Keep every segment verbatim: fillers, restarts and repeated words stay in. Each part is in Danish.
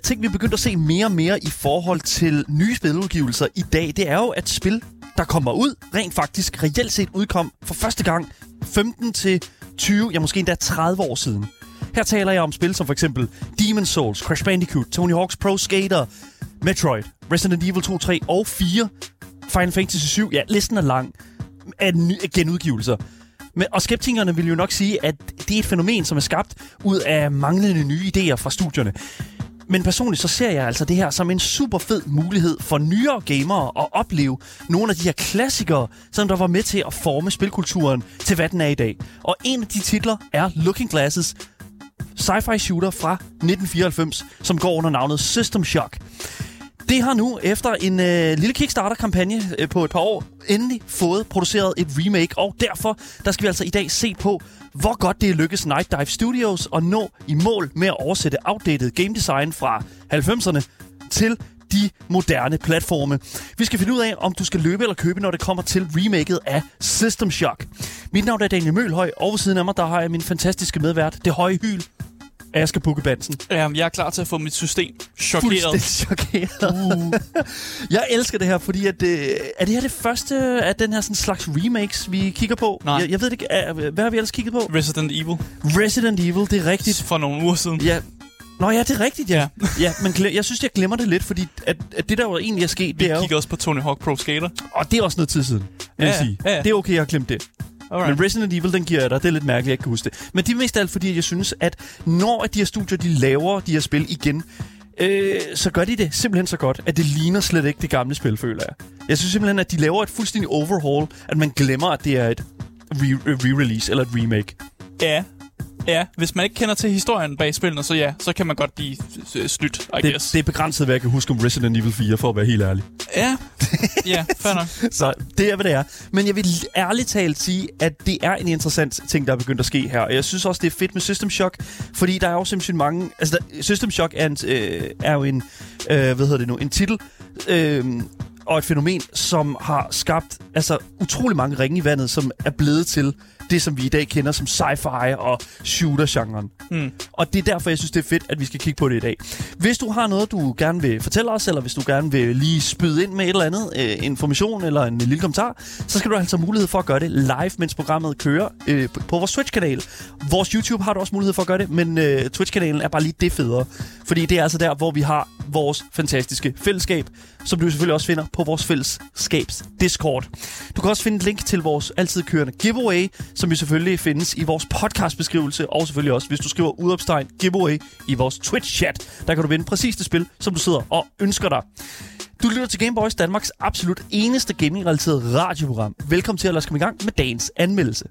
ting, vi er begyndt at se mere og mere i forhold til nye spiludgivelser i dag, det er jo, at spil, der kommer ud, rent faktisk reelt set udkom for første gang femten til tyve, ja måske endda tredive år siden. Her taler jeg om spil som for eksempel Demon's Souls, Crash Bandicoot, Tony Hawk's Pro Skater, Metroid, Resident Evil to, tre og fire, Final Fantasy syv, ja, listen er lang af ny- genudgivelser. Men, og skeptikerne vil jo nok sige, at det er et fænomen, som er skabt ud af manglende nye idéer fra studierne. Men personligt så ser jeg altså det her som en super fed mulighed for nyere gamere at opleve nogle af de her klassikere, som der var med til at forme spilkulturen til, hvad den er i dag. Og en af de titler er Looking Glass's sci-fi shooter fra nitten fireoghalvfems, som går under navnet System Shock. Det har nu, efter en øh, lille Kickstarter-kampagne øh, på et par år, endelig fået produceret et remake, og derfor der skal vi altså i dag se på, hvor godt det lykkes Night Dive Studios at nå i mål med at oversætte outdated game design fra halvfemserne til de moderne platforme. Vi skal finde ud af, om du skal løbe eller købe, når det kommer til remaket af System Shock. Mit navn er Daniel Mølhøj, og ved siden af mig, der har jeg min fantastiske medvært, det høje hyl, Asger Bukke-Bansen. Jamen, jeg er klar til at få mit system chokeret. Fuldstændig chokeret. Uh. Jeg elsker det her, fordi at, øh, er det her det første af den her sådan slags remakes, vi kigger på? Nej. Jeg, jeg ved det ikke. Er, hvad har vi ellers kigget på? Resident Evil. Resident Evil, det er rigtigt. For nogle uger siden. Ja. Nå ja, det er rigtigt, ja. ja men glem, jeg synes, jeg glemmer det lidt, fordi at, at det der jo egentlig er sket, vi det er jo... Vi kigger også på Tony Hawk Pro Skater. Og det er også noget tid siden, vil ja, jeg sige. Ja, ja. Det er okay, jeg har glemt det. Alright. Men Resident Evil, den giver jeg dig. Det er lidt mærkeligt, jeg ikke kan huske det. Men det er mest alt, fordi jeg synes, at når de her studier, de laver de her spil igen, øh, så gør de det simpelthen så godt, at det ligner slet ikke det gamle spil, føler jeg. Jeg synes simpelthen, at de laver et fuldstændig overhaul, at man glemmer, at det er et re- re-release eller et remake. Ja. Ja, hvis man ikke kender til historien bag spillene, så ja, så kan man godt blive snydt, I det, guess. Det er begrænset, hvad jeg kan huske om Resident Evil fire, for at være helt ærlig. Ja, ja, fair nok. Så det er, hvad det er. Men jeg vil ærligt talt sige, at det er en interessant ting, der er begyndt at ske her. Og jeg synes også, det er fedt med System Shock, fordi der er jo simpelthen mange... Altså, der, System Shock er, en, øh, er jo en... Øh, hvad hedder det nu? En titel... Øh, og et fænomen, som har skabt altså utrolig mange ringe i vandet, som er blevet til det, som vi i dag kender som sci-fi og shooter-genren. Mm. Og det er derfor, jeg synes, det er fedt, at vi skal kigge på det i dag. Hvis du har noget, du gerne vil fortælle os, eller hvis du gerne vil lige spyde ind med et eller andet øh, information eller en lille kommentar, så skal du altså have mulighed for at gøre det live, mens programmet kører øh, på, på vores Twitch-kanal. Vores YouTube har du også mulighed for at gøre det, men øh, Twitch-kanalen er bare lige det federe. Fordi det er altså der, hvor vi har vores fantastiske fællesskab, som du selvfølgelig også finder på vores fællesskabs Discord. Du kan også finde et link til vores altid kørende giveaway, som vi selvfølgelig findes i vores podcastbeskrivelse, og selvfølgelig også, hvis du skriver udopstegn giveaway i vores Twitch-chat. Der kan du vinde præcis det spil, som du sidder og ønsker dig. Du lytter til Gameboys, Danmarks absolut eneste gaming-relateret radioprogram. Velkommen til, at lad os komme i gang med dagens anmeldelse.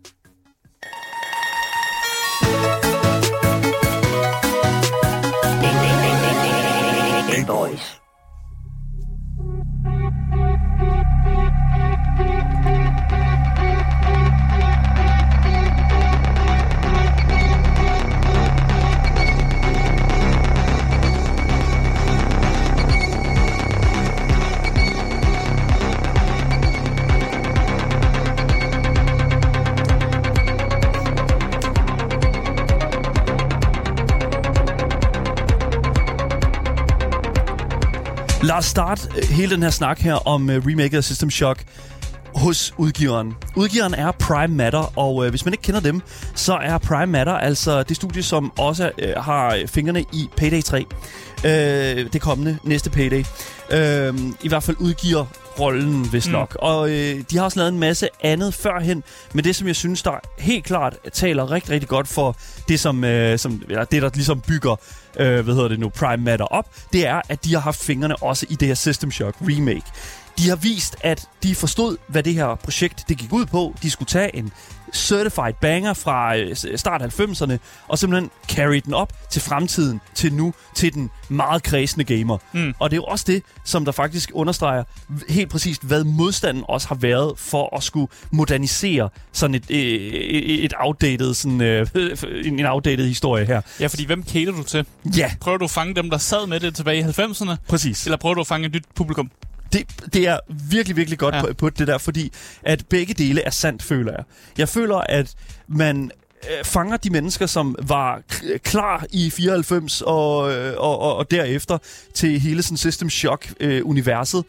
Gameboys. Lad os starte hele den her snak her om uh, remaket af System Shock hos udgiveren. Udgiveren er Prime Matter, og uh, hvis man ikke kender dem, så er Prime Matter altså det studie, som også uh, har fingrene i Payday tre. Uh, det kommende næste Payday. Uh, I hvert fald udgiver rollen, vist nok. Mm. Og øh, de har også lavet en masse andet førhen, men det, som jeg synes, der helt klart taler rigtig, rigtig godt for det, som, øh, som ja, det, der ligesom bygger, øh, hvad hedder det nu, Prime Matter op, det er, at de har haft fingrene også i det her System Shock remake. De har vist, at de forstod, hvad det her projekt det gik ud på. De skulle tage en certified banger fra start halvfemserne, og simpelthen carry den op til fremtiden, til nu, til den meget kredsende gamer. Mm. Og det er jo også det, som der faktisk understreger helt præcist, hvad modstanden også har været for at skulle modernisere sådan et, et, et outdated, sådan, en outdated historie her. Ja, fordi hvem kæler du til? Ja. Prøver du at fange dem, der sad med det tilbage i halvfemserne? Præcis. Eller prøver du at fange et nyt publikum? Det, det er virkelig, virkelig godt ja. på, på det der, fordi at begge dele er sandt, føler jeg. Jeg føler, at man øh, fanger de mennesker, som var k- klar i fireoghalvfems og, øh, og, og, og derefter til hele sådan System Shock-universet.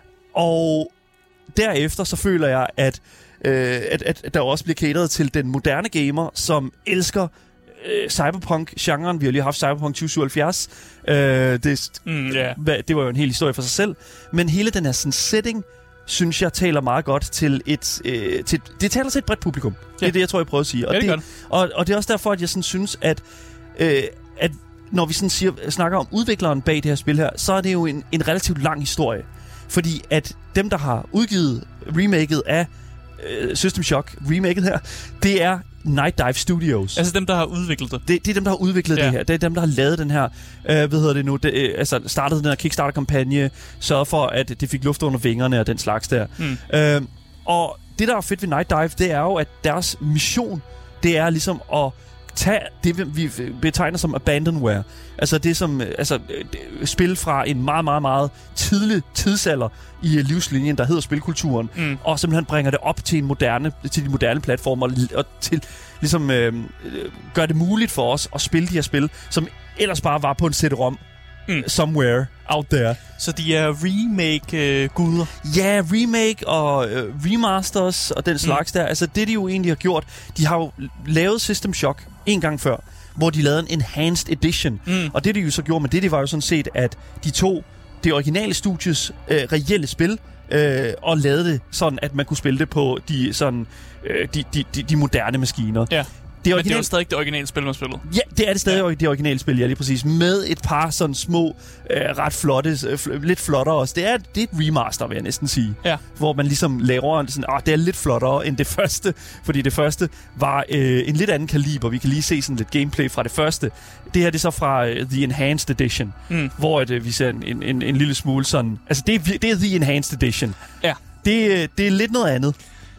Og derefter så føler jeg, at, øh, at, at der også bliver cateret til den moderne gamer, som elsker øh, cyberpunk-genren. Vi har lige haft Cyberpunk tyve syvoghalvfjerds. Øh, det, mm, yeah. det var jo en hel historie for sig selv. Men hele den her sådan, setting, synes jeg taler meget godt til et... Øh, til, det taler til et bredt publikum. Ja. Det er det, jeg tror, jeg prøver at sige. Og, ja, det det, og, og det er også derfor, at jeg sådan synes, at... Øh, at når vi sådan siger, snakker om udvikleren bag det her spil her, så er det jo en, en relativt lang historie. Fordi at dem, der har udgivet remaket af øh, System Shock, remaket her, det er Night Dive Studios. Altså dem, der har udviklet det? Det, det er dem, der har udviklet ja. det her. Det er dem, der har lavet den her, øh, hvad hedder det nu, det, øh, altså startede den her Kickstarter-kampagne, sørgede for, at det fik luft under vingerne og den slags der. Mm. Øh, og det, der er fedt ved Night Dive, det er jo, at deres mission, det er ligesom at tage det, vi betegner som abandonware. Altså det som altså spil fra en meget, meget, meget tidlig tidsalder i livslinjen, der hedder spilkulturen, mm. og simpelthen bringer det op til en moderne, til de moderne platformer, og til ligesom øh, gør det muligt for os at spille de her spil, som ellers bare var på en C D-rom mm. somewhere out there. Så de er remake-guder? Øh, ja, remake og øh, remasters og den slags mm. der. Altså det, de jo egentlig har gjort, de har jo lavet System Shock en gang før, hvor de lavede en Enhanced Edition. Mm. Og det, de jo så gjorde med det, det var jo sådan set, at de tog det originale studios øh, reelle spil, øh, og lavede det sådan, at man kunne spille det på de, sådan, øh, de, de, de, de moderne maskiner. Ja. Det Men det er jo stadig det originale spil, man spiller. Ja, det er det stadig ja. det originale spil, ja, lige præcis. Med et par sådan små, øh, ret flotte, øh, fl- lidt flottere også. Det er, det er et remaster, vil jeg næsten sige. Ja. Hvor man ligesom laver sådan, ah, det er lidt flottere end det første. Fordi det første var øh, en lidt anden kaliber. Vi kan lige se sådan lidt gameplay fra det første. Det her, det er så fra uh, The Enhanced Edition. Mm. Hvor et, øh, vi ser en, en, en lille smule sådan... Altså, det er, det er The Enhanced Edition. Ja. Det, det er lidt noget andet.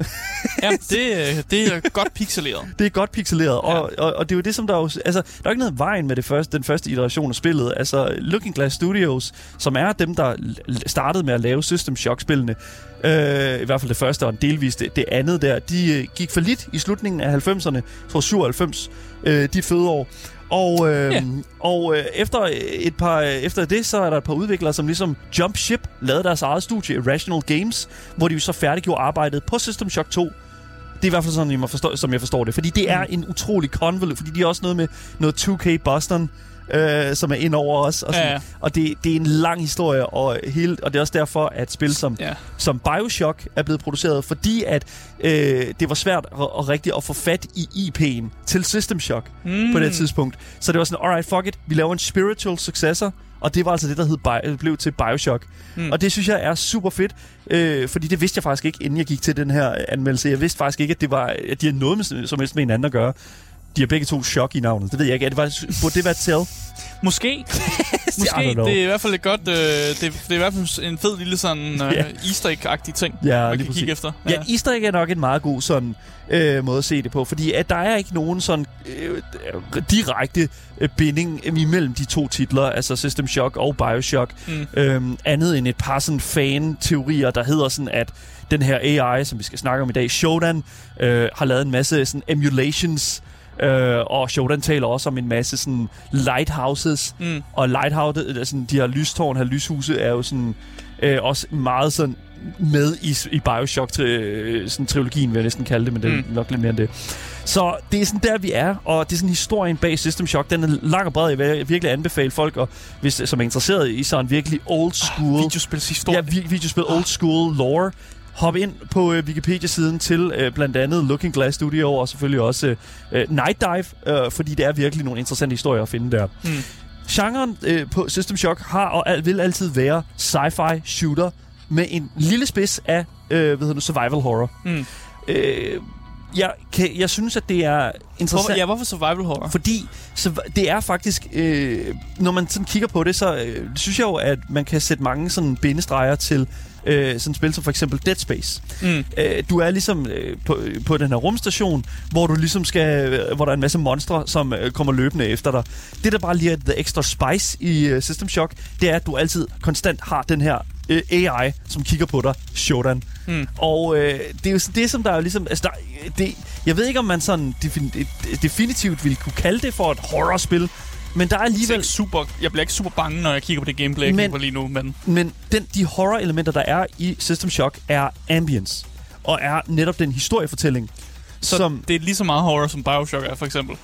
Ja, det, det er godt pixeleret. Det er godt pixeleret, ja. og, og, og det er jo det, som der jo... Altså, der er ikke noget vejen med det første, den første iteration af spillet. Altså, Looking Glass Studios, som er dem, der startede med at lave System Shock-spillene, øh, i hvert fald det første, og delvis det, det andet der, de øh, gik for lidt i slutningen af halvfemserne, tror syvoghalvfems, øh, de fødeår. Og, øh, yeah. og øh, efter et par efter det, så er der et par udviklere, som ligesom Jump Ship lavede deres eget studie, Irrational Games, hvor de jo så færdiggjorde arbejdet på System Shock to. Det er i hvert fald sådan, jeg forstår, som jeg forstår det. Fordi det er en utrolig convolut, fordi de er også noget med noget to K Boston, øh, som er ind over os. Og, sådan, ja, ja. og det, det er en lang historie, og, hele, og det er også derfor, at spil som, ja. som Bioshock er blevet produceret, fordi at øh, det var svært at, at rigtig at få fat i I P'en til System Shock mm. på det tidspunkt. Så det var sådan, alright, fuck it, vi laver en spiritual successor, og det var altså det, der hed Bi- blev til Bioshock. Mm. Og det synes jeg er super fedt, øh, fordi det vidste jeg faktisk ikke, inden jeg gik til den her anmeldelse. Jeg vidste faktisk ikke, at, det var, at de havde noget med, som helst med hinanden at gøre. De har begge to Shock i navnet. Det ved jeg ikke. Er det var, burde det være Tell? Måske. Måske. Det er i hvert fald et godt... Øh, det, det er i hvert fald en fed lille sådan øh, yeah. Easter egg-agtig ting, ja, man kan kigge efter. Ja. ja, Easter egg er nok en meget god sådan øh, måde at se det på, fordi at der er ikke nogen sådan øh, direkte øh, binding imellem de to titler, altså System Shock og Bioshock, mm. øh, andet end et par sådan fan-teorier, der hedder sådan, at den her A I, som vi skal snakke om i dag, Shodan, øh, har lavet en masse sådan emulations. Uh, og Shodan taler også om en masse sådan lighthouses, mm. og lighthouse, altså, de her lystårn, her lyshuse, er jo sådan uh, også meget sådan med i, i Bioshock tri- sådan trilogien, vil jeg næsten kalde det, men det er mm. nok lidt mere end det. Så det er sådan der, vi er, og det er sådan historien bag System Shock. Den er lang og bred. Jeg vil virkelig anbefale folk, og hvis, som er interesseret i sådan virkelig old school... Ah, videospilshistorie. Ja, vi, videospil old school lore. Hop ind på øh, Wikipedia-siden til øh, blandt andet Looking Glass Studio, og selvfølgelig også øh, Night Dive, øh, fordi det er virkelig nogle interessante historier at finde der. Mm. Genren øh, på System Shock har og al- vil altid være sci-fi shooter med en lille spids af øh, hvad hedder det, survival horror. Mm. Øh, jeg, kan, jeg synes, at det er interessant. Hvorfor, ja, hvorfor survival horror? Fordi så, det er faktisk, øh, når man sådan kigger på det, så øh, synes jeg jo, at man kan sætte mange sådan bindestreger til øh, sådan et spil som for eksempel Dead Space. Mm. Øh, du er ligesom øh, på, på den her rumstation, hvor du ligesom skal, øh, hvor der er en masse monstre, som øh, kommer løbende efter dig. Det, der bare lige er the extra spice i øh, System Shock, det er, at du altid konstant har den her øh, A I, som kigger på dig, Shodan. Mm. Og øh, det er jo det, som der er ligesom... Altså, der, det, jeg ved ikke, om man sådan defin, definitivt ville kunne kalde det for et horrorspil, men der er alligevel... Ikke super, jeg bliver ikke super bange, når jeg kigger på det gameplay, jeg kigger på lige nu, men... Men den, de horror-elementer, der er i System Shock, er ambience, og er netop den historiefortælling, så som... det er lige så meget horror, som Bioshock er, for eksempel?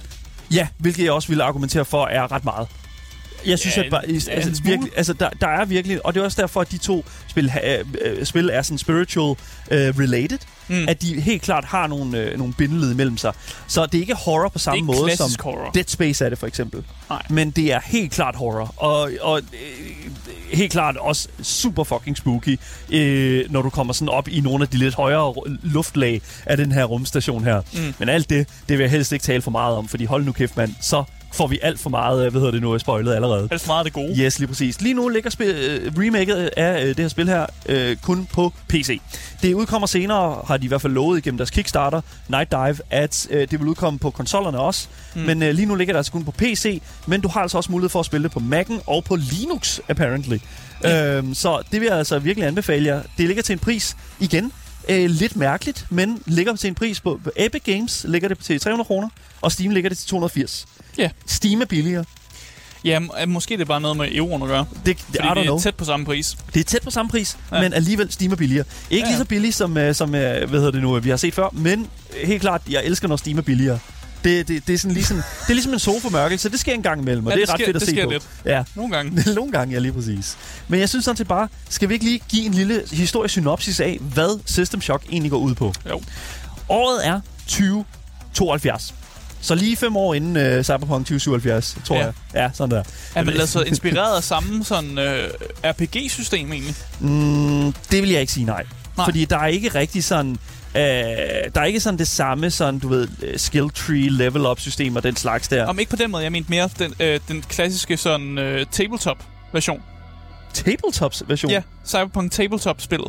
Ja, hvilket jeg også ville argumentere for, er ret meget. Jeg synes, ja, at bare, altså, virkelig, altså, der, der er virkelig... Og det er også derfor, at de to spil, uh, spil er sådan spiritual uh, related. Mm. At de helt klart har nogle, uh, nogle bindeled imellem sig. Så det er ikke horror på samme måde, som horror. Dead Space er det, for eksempel. Nej. Men det er helt klart horror. Og, og uh, helt klart også super fucking spooky, uh, når du kommer sådan op i nogle af de lidt højere luftlag af den her rumstation her. Mm. Men alt det, det vil jeg helst ikke tale for meget om, fordi hold nu kæft, mand, så får vi alt for meget, hvad hedder det nu, spoilet allerede. Alt for meget af det gode. Yes, lige præcis. Lige nu ligger spil, uh, remaket af uh, det her spil her uh, kun på P C. Det udkommer senere, har de i hvert fald lovet igennem deres Kickstarter, Night Dive, at uh, det vil udkomme på konsollerne også. Mm. Men uh, lige nu ligger det altså kun på P C, men du har altså også mulighed for at spille det på Mac'en og på Linux, apparently. Mm. Uh, så det vil jeg altså virkelig anbefale jer. Det ligger til en pris, igen, uh, lidt mærkeligt, men ligger til en pris på, på Epic Games, ligger det til tre hundrede kroner, og Steam ligger det til to hundrede og firs. Ja. Yeah. Steam er billigere. Ja, måske det er bare noget med euroen at gøre. Det, det, Fordi det er tæt på samme pris. Det er tæt på samme pris, ja. Men alligevel Steam er billigere. Ikke ja, ja. lige så billig, som, som hvad hedder det nu, vi har set før, men helt klart, jeg elsker, når Steam er billigere. Det, det, det, er sådan ligesom, det er ligesom en solformørkelse, det sker en gang imellem, og ja, det er ret sker, fedt at det se sker på. Lidt. Ja. Nogle gange. Nogle gange, ja, lige præcis. Men jeg synes sådan set bare, skal vi ikke lige give en lille historisk synopsis af, hvad System Shock egentlig går ud på? Jo. Året er tyve tooghalvfjerds. Så lige fem år inden uh, Cyberpunk tyve syvoghalvfjerds, tror ja. jeg. Ja, sådan der. Er man altså inspireret af samme sådan uh, R P G-system egentlig? Mm, det vil jeg ikke sige nej. nej. Fordi der er ikke rigtig sådan... Uh, der er ikke sådan det samme sådan, du ved, skill tree, level up system og den slags der. Om ikke på den måde, jeg mente mere den, øh, den klassiske sådan uh, tabletop-version. Tabletop-version? Ja, Cyberpunk Tabletop-spillet.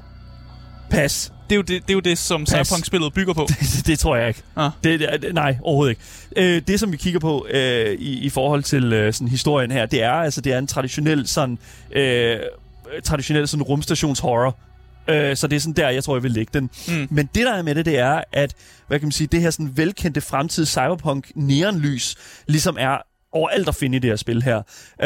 Pas. Det er jo det, det, er jo det som Cyberpunk-spillet bygger på. det, det tror jeg ikke. Ah. Det, det, nej, overhovedet ikke. Øh, det, som vi kigger på øh, i, i forhold til øh, sådan historien her, det er altså det er en traditionel sådan øh, traditionel sådan rumstationshorror. Øh, så det er sådan der, jeg tror, jeg vil lægge den. Mm. Men det, der er med det, det er, at hvad kan man sige, det her sådan velkendte fremtids cyberpunk neonlys ligesom er overalt at finde i det her spil her.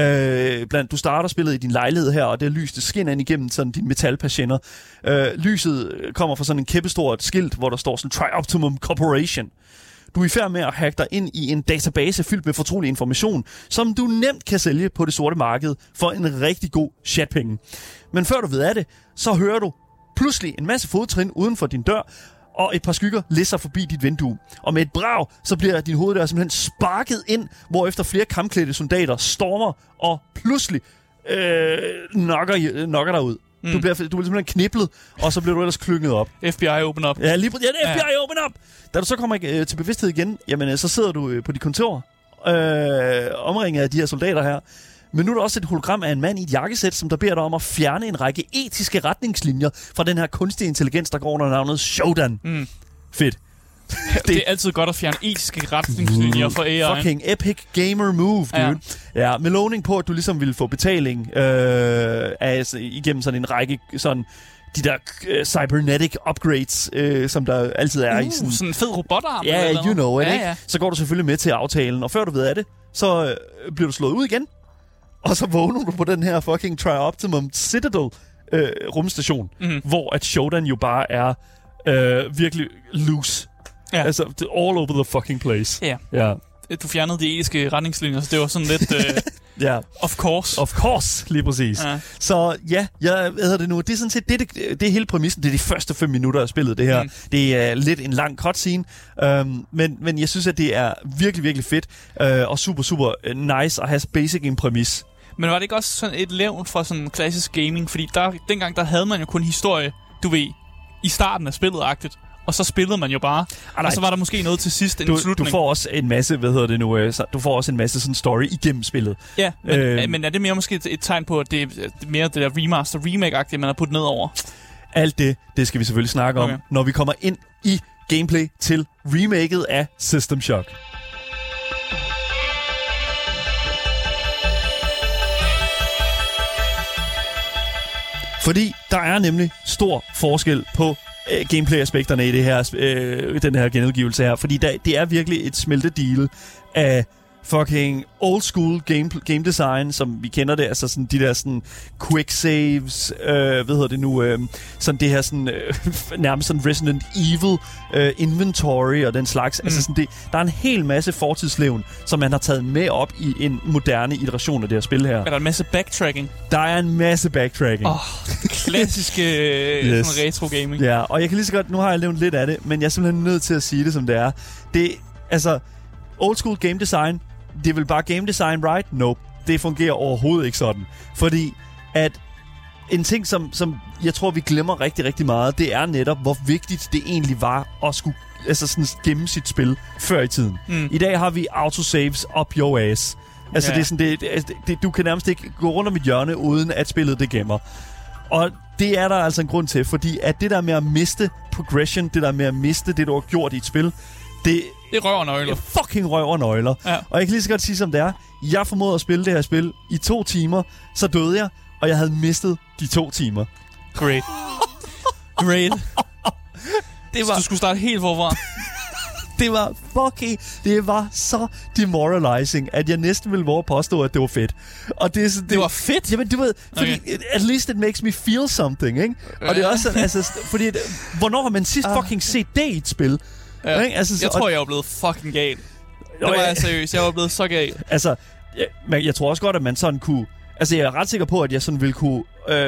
Øh, blandt, du starter spillet i din lejlighed her, og det lys, det skinner ind igennem sådan dine metalpatienter. Øh, lyset kommer fra sådan en kæmpestort skilt, hvor der står sådan Tri-Optimum Corporation. Du er i færd med at hacke dig ind i en database fyldt med fortrolig information, som du nemt kan sælge på det sorte marked for en rigtig god chatpenge. Men før du ved af det, så hører du pludselig en masse fodtrin uden for din dør, og et par skygger læsser forbi dit vindue. Og med et brag, så bliver din hoveddør simpelthen sparket ind, hvorefter flere kampklædte soldater stormer og pludselig øh, knocker, knocker dig ud. Mm. Du, bliver, du bliver simpelthen kniblet, og så bliver du ellers klynget op. F B I open up. Ja, lige, ja, det er F B I ja. open up! Da du så kommer øh, til bevidsthed igen, jamen, så sidder du øh, på dit kontor, øh, omringet af de her soldater her. Men nu er der også et hologram af en mand i et jakkesæt, som der beder dig om at fjerne en række etiske retningslinjer fra den her kunstige intelligens, der går under navnet Shodan. Mm. Fedt. det, det er altid godt at fjerne etiske retningslinjer fra A I. Fucking epic gamer move, dude. Ja, ja med lovning på, at du ligesom ville få betaling øh, altså, igennem sådan en række sådan de der uh, cybernetic upgrades, uh, som der altid er uh, i sådan... sådan en fed robotarm. Ja, yeah, you know it, ja, ikke? Ja. Så går du selvfølgelig med til aftalen, og før du ved af det, så uh, bliver du slået ud igen, og så vågner du på den her fucking Tri-Optimum Citadel uh, rumstation, mm. hvor at Shodan jo bare er uh, virkelig loose. Ja. Altså, all over the fucking place. Ja. Ja. Du fjernede de etiske retningslinjer, så det var sådan lidt... Uh, ja. Of course. Of course, lige præcis. Ja. Så ja, jeg ved det nu. Det er sådan set, det, det, det er hele præmissen. Det er de første fem minutter af spillet, det her. Mm. Det er lidt en lang cutscene. Um, men, men jeg synes, at det er virkelig, virkelig fedt. Uh, og super, super nice at have basic en præmis. Men var det ikke også sådan et levn fra sådan klassisk gaming? Fordi der, dengang, der havde man jo kun historie, du ved, i starten af spillet-agtigt. Og så spillede man jo bare. Ah, og så var der måske noget til sidst, en du, slutning. Du får også en masse, hvad hedder det nu, du får også en masse sådan story igennem spillet. Ja, men, øh, men er det mere måske et, et tegn på, at det er mere det der remaster, remake-agtige, man har puttet ned over? Alt det, det skal vi selvfølgelig snakke okay. om, når vi kommer ind i gameplay til remaket af System Shock. Fordi der er nemlig stor forskel på øh, gameplay-aspekterne i det her, øh, den her genudgivelse her. Fordi der, det er virkelig et smeltedeal af fucking old school game, game design, som vi kender det, altså sådan de der sådan quick saves, øh, hvad hedder det nu, øh, sådan det her sådan øh, nærmest sådan Resident Evil øh, inventory og den slags. Mm. Altså sådan det, der er en hel masse fortidslevn, som man har taget med op i en moderne iteration af det her spil her. Er der en masse backtracking? Der er en masse backtracking. Åh, oh, klassiske yes. retro gaming. Ja, og jeg kan lige så godt, nu har jeg nævnt lidt af det, men jeg er simpelthen nødt til at sige det, som det er. Det, altså, old school game design, det er vel bare game design, right? Nope. Det fungerer overhovedet ikke sådan. Fordi at en ting, som, som jeg tror, vi glemmer rigtig, rigtig meget, det er netop, hvor vigtigt det egentlig var at skulle altså sådan gemme sit spil før i tiden. Mm. I dag har vi autosaves up your ass. Altså, yeah. det er sådan, det, det, det, du kan nærmest ikke gå rundt om et hjørne, uden at spillet det gemmer. Og det er der altså en grund til, fordi at det der med at miste progression, det der med at miste det, du har gjort i et spil, det Det røver nøgler. Det fucking røver nøgler. Ja. Og jeg kan lige så godt sige, som det er. Jeg formåede at spille det her spil i to timer, så døde jeg, og jeg havde mistet de to timer. Great. Great. Det var... Så du skulle starte helt forfra. Det var fucking... Det var så demoralizing, at jeg næsten ville våge at påstå, at det var fedt. Og det, det, det var fedt? Jamen, du ved, fordi okay. At least it makes me feel something, ikke? Og det er også sådan, altså... Fordi, hvornår har man sidst fucking set det i et spil? Ja. Altså, så, jeg tror, jeg var blevet fucking gal. Det var jeg seriøst. Jeg var blevet så gal. Altså, jeg, men jeg tror også godt, at man sådan kunne... Altså, jeg er ret sikker på, at jeg sådan ville kunne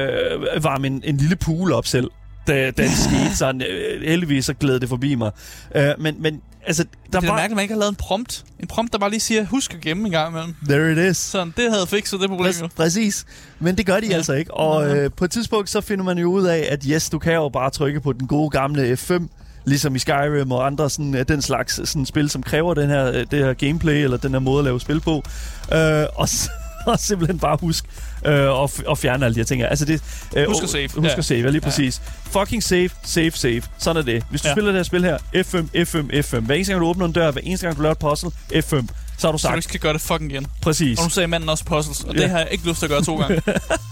øh, varme en, en lille pool op selv, da, da det skete. Sådan, øh, heldigvis så glæder det forbi mig. Øh, men, men altså... Der det er var... mærkeligt, at man ikke har lavet en prompt. En prompt, der bare lige siger, husk at gemme en gang imellem. There it is. Sådan, det havde fikset det problem. Præ- præcis. Men det gør de ja. altså ikke. Og øh, på et tidspunkt, så finder man jo ud af, at yes, du kan jo bare trykke på den gode gamle F fem, ligesom i Skyrim og andre sådan, den slags sådan, spil, som kræver den her, det her gameplay, eller den her måde at lave spil på. Øh, og, og simpelthen bare husk øh, og, og fjerne alle de her ting. Altså det, øh, husk at save. Husk ja. at save, ja, lige præcis. Ja. Fucking save, save, save. Sådan er det. Hvis du ja. spiller det her spil her, F fem, F fem, F fem. Hver eneste gang du åbner en dør, hver eneste gang du laver et puzzle, F fem. Så har du sagt. Så du ikke skal gøre det fucking igen. Præcis. Og nu sagde manden også puzzles, og ja. det har jeg ikke lyst til at gøre to gange.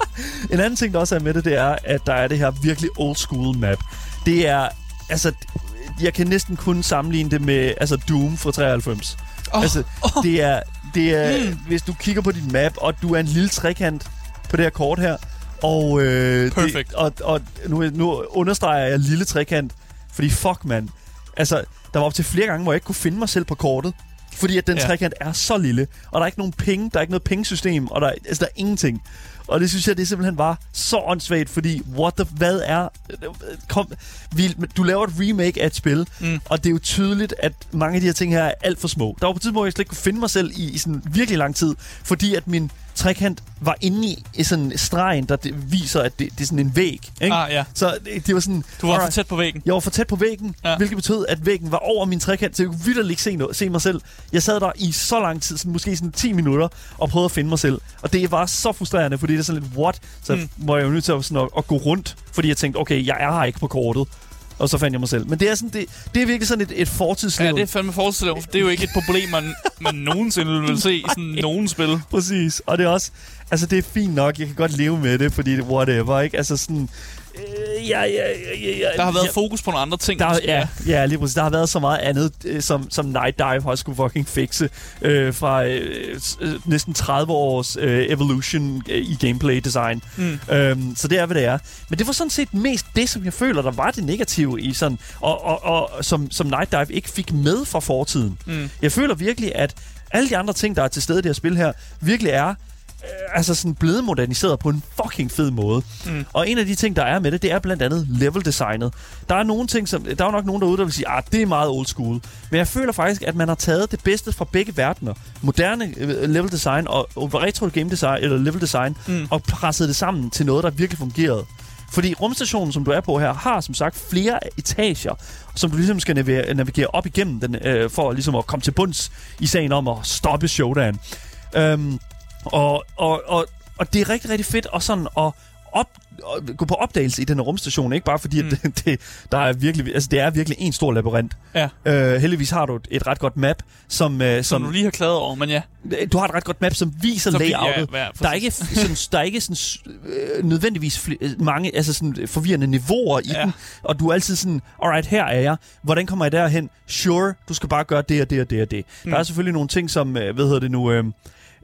En anden ting, der også er med det, det er, at der er det her virkelig old school map. Det er, altså... Jeg kan næsten kun sammenligne det med altså Doom fra treoghalvfems. Oh, altså, oh. det er, det er mm. hvis du kigger på dit map, og du er en lille trekant på det her kort her, og, øh, det, og, og nu, nu understreger jeg lille trekant, fordi fuck, man. Altså, der var op til flere gange, hvor jeg ikke kunne finde mig selv på kortet, fordi at den ja. trekant er så lille, og der er ikke nogen penge, der er ikke noget pengesystem, og der, altså, der er ingenting. Og det synes jeg, det simpelthen var så åndssvagt, fordi what the, hvad er... Kom, vi, du laver et remake af et spil, mm. og det er jo tydeligt, at mange af de her ting her er alt for små. Der var på et tidspunkt, hvor jeg slet ikke kunne finde mig selv i, i sådan virkelig lang tid, fordi at min trekant var inde i, i sådan en stregen, der det, viser, at det, det er sådan en væg. Ikke? Ah, ja. Så det, det var sådan... Du var for tæt på væggen. Jeg var for tæt på væggen, ja. hvilket betød, at væggen var over min trekant, så jeg kunne vitterligt ikke se, noget, se mig selv. Jeg sad der i så lang tid, sådan, måske sådan ti minutter, og prøvede at finde mig selv. Og det var så frustrerende, fordi det er sådan lidt, what? Så mm. var jeg jo nødt til at, sådan, at, at gå rundt, fordi jeg tænkte, okay, jeg er her ikke på kortet. Og så fandt jeg mig selv. Men det er, sådan, det, det er virkelig sådan et, et fortidslevn. Ja, det er fandme fortidslevn. Det er jo ikke et problem, man, man nogensinde vil se i sådan nogen spil. Præcis. Og det er også... Altså, det er fint nok. Jeg kan godt leve med det, fordi det whatever, ikke? Altså sådan... Øh, ja, ja, ja, ja, der har været ja, fokus på nogle andre ting. Der, ja, ja, lige præcis. Der har været så meget andet, øh, som, som Night Dive har skulle fucking fikse øh, fra øh, næsten tredive års øh, evolution øh, i gameplay design. Mm. Øhm, så det er, hvad det er. Men det var sådan set mest det, som jeg føler, der var det negative i sådan... Og, og, og som, som Night Dive ikke fik med fra fortiden. Mm. Jeg føler virkelig, at alle de andre ting, der er til stede i det her spil her, virkelig er... altså sådan blevet moderniseret på en fucking fed måde. Mm. Og en af de ting, der er med det, det er blandt andet level-designet. Der er nogle ting, som... Der er jo nok nogen derude, der vil sige, at det er meget old school. Men jeg føler faktisk, at man har taget det bedste fra begge verdener. Moderne level-design og, og retro game-design, eller level-design, mm. og presset det sammen til noget, der virkelig fungerede. Fordi rumstationen, som du er på her, har som sagt flere etager, som du ligesom skal navigere, navigere op igennem den, øh, for ligesom at komme til bunds i sagen om at stoppe showdown. Øhm, Og, og, og, og det er rigtig, rigtig fedt at sådan at op, gå på opdagelse i den her rumstation, ikke bare fordi, mm. at det, det, der er virkelig, altså, det er virkelig en stor labyrint. Ja. Øh, heldigvis har du et, et ret godt map, som... Øh, som, som du lige har klaget over, men ja. Du har et ret godt map, som viser layoutet. Ja, ja, der er ikke, sådan, der er ikke sådan, øh, nødvendigvis fl- mange altså sådan, forvirrende niveauer i ja. den, og du er altid sådan, alright, her er jeg. Hvordan kommer jeg derhen? Sure, du skal bare gøre det og det og det og det. Mm. Der er selvfølgelig nogle ting, som, øh, hvad hedder det nu... Øh,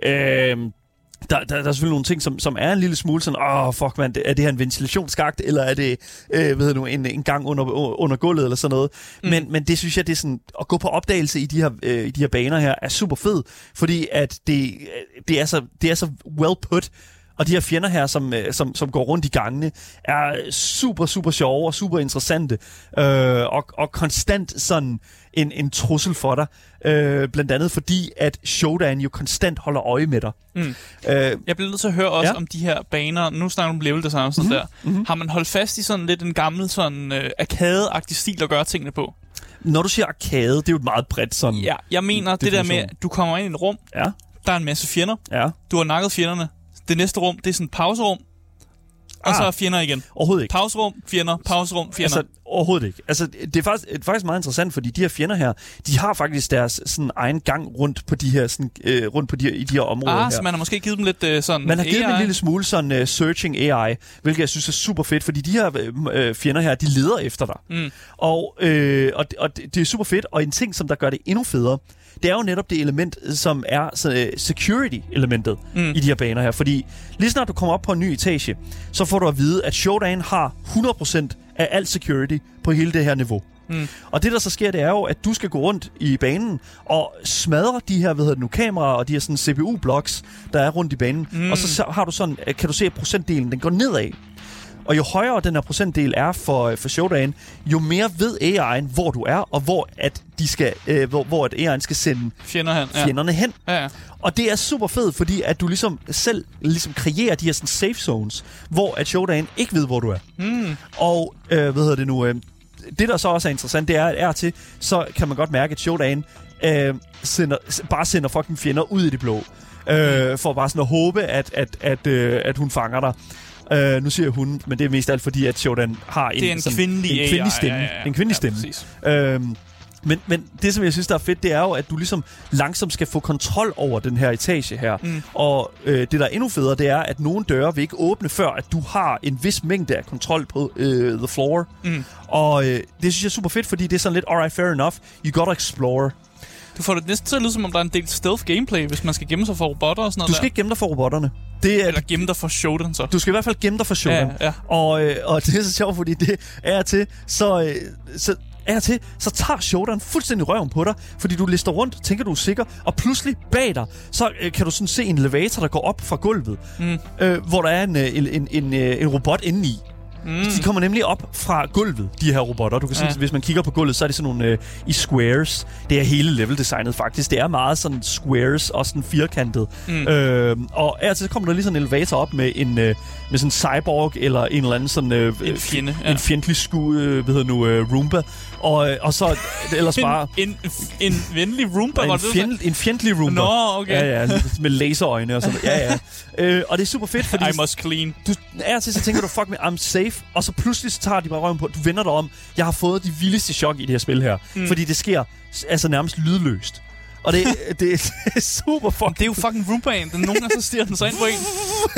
øh, Der, der, der er selvfølgelig nogle ting, som, som er en lille smule sådan, åh, oh, fuck man, er det her en ventilationsskakt, eller er det øh, ved du, en, en gang under, under gulvet, eller sådan noget. Mm. Men, men det synes jeg, det er sådan, at gå på opdagelse i de her, øh, i de her baner her, er super fed, fordi at det, det, er, så, det er så well put. Og de her fjender her, som, som, som går rundt i gangene, er super, super sjove og super interessante. Øh, og, og konstant sådan en, en trussel for dig. Øh, blandt andet fordi, at Shodan jo konstant holder øje med dig. Mm. Øh, jeg bliver nødt til at høre også ja. om de her baner. Nu snakker du om level design og sådan mm-hmm. der. Mm-hmm. Har man holdt fast i sådan lidt en gammel sådan øh, arcade-agtig stil at gøre tingene på? Når du siger arcade, det er jo et meget bredt sådan... Ja, jeg mener det der med, at du kommer ind i et rum, ja. der er en masse fjender, ja. du har nakket fjenderne. Det næste rum, det er sådan et pauserum, og ah, så er fjender igen. Overhovedet ikke. Pauserum, fjender, pauserum, fjender. Altså, overhovedet ikke. Altså, det er faktisk, det er faktisk meget interessant, fordi de her fjender her, de har faktisk deres sådan egen gang rundt på de her, sådan, øh, rundt på de her, i de her områder ah, her. så man har måske givet dem lidt øh, sådan Man har A I. givet dem en lille smule sådan uh, searching A I, hvilket jeg synes er super fedt, fordi de her øh, fjender her, de leder efter dig. Mm. Og, øh, og, og det, det er super fedt, og en ting, som der gør det endnu federe, det er jo netop det element, som er så, uh, security-elementet mm. i de her baner her. Fordi lige snart du kommer op på en ny etage, så får du at vide, at Shodan har hundrede procent af al security på hele det her niveau. Mm. Og det, der så sker, det er jo, at du skal gå rundt i banen og smadre de her, hvad hedder det nu, kameraer og de her sådan C P U-blocks, der er rundt i banen. Mm. Og så har du sådan, kan du se, at procentdelen, den går nedad. Og jo højere den her procentdel er for, for Shodan, jo mere ved A I'en, hvor du er, og hvor at de skal, øh, hvor, hvor at A I'en skal sende Fjender hen, fjenderne ja. hen. Ja, ja. Og det er super fedt, fordi at du ligesom selv ligesom kreerer de her sådan safe zones, hvor at Shodan ikke ved, hvor du er. Mm. Og øh, hvad hedder det nu? Øh, det, der så også er interessant, det er, at er til, så kan man godt mærke, at Shodan øh, sender, bare sender fucking fjender ud i det blå. Øh, mm. For bare sådan at håbe, at, at, at, øh, at hun fanger dig. Uh, nu siger hun, men det er mest alt fordi, at Shodan har en, det er en, sådan, kvindelig, en kvindelig stemme. Ja, ja, ja. En kvindelig ja, stemme. Uh, men, men det, som jeg synes, der er fedt, det er jo, at du ligesom langsomt skal få kontrol over den her etage her. Mm. Og uh, det, der er endnu federe, det er, at nogle døre vil ikke åbne, før at du har en vis mængde af kontrol på uh, the floor. Mm. Og uh, det synes jeg er super fedt, fordi det er sådan lidt, alright, fair enough, you gotta explore. Du får det næsten til at lyde, som om der er en del stealth gameplay, hvis man skal gemme sig for robotter og sådan noget. Du skal der. ikke gemme dig for robotterne. Det er, Eller gemme dig for Shodan, så. Du skal i hvert fald gemme dig for Shodan. Ja, ja. Og, øh, og det er så sjovt, fordi det er til, så, øh, så er til, så tager Shodan fuldstændig røven på dig, fordi du lister rundt, tænker du er sikker, og pludselig bag dig, så øh, kan du sådan se en elevator, der går op fra gulvet, mm. øh, hvor der er en, en, en, en, en robot inde i. Mm. De kommer nemlig op fra gulvet, de her robotter. Du kan ja. se, hvis man kigger på gulvet, så er det sådan nogle øh, i squares. Det er hele leveldesignet faktisk. Det er meget sådan squares og sådan firkantet. Mm. Øh, og ja, så kommer der lige sådan en elevator op med en øh, med sådan en cyborg eller en eller anden sådan øh, en fjende, ja. en fjendtlig sku, øh, hvad hedder nu øh, Roomba. Og øh, og så ellers bare en, en en venlig Roomba, en, var det fjend, en fjendtlig Roomba. Nå, okay. Ja, ja, med laserøjne og sådan. Ja, ja. Øh, og det er super fedt, fordi I must clean. Du er til så tænker du fuck me, I'm safe, og så pludselig så tager de bare røven på. Du vender dig om. Jeg har fået de vildeste chok i det her spil her, mm. fordi det sker altså nærmest lydløst. Og det, det, det er super fucking... Det er jo fucking Roombaen. Den nogle gange så stiger den sig ind på en.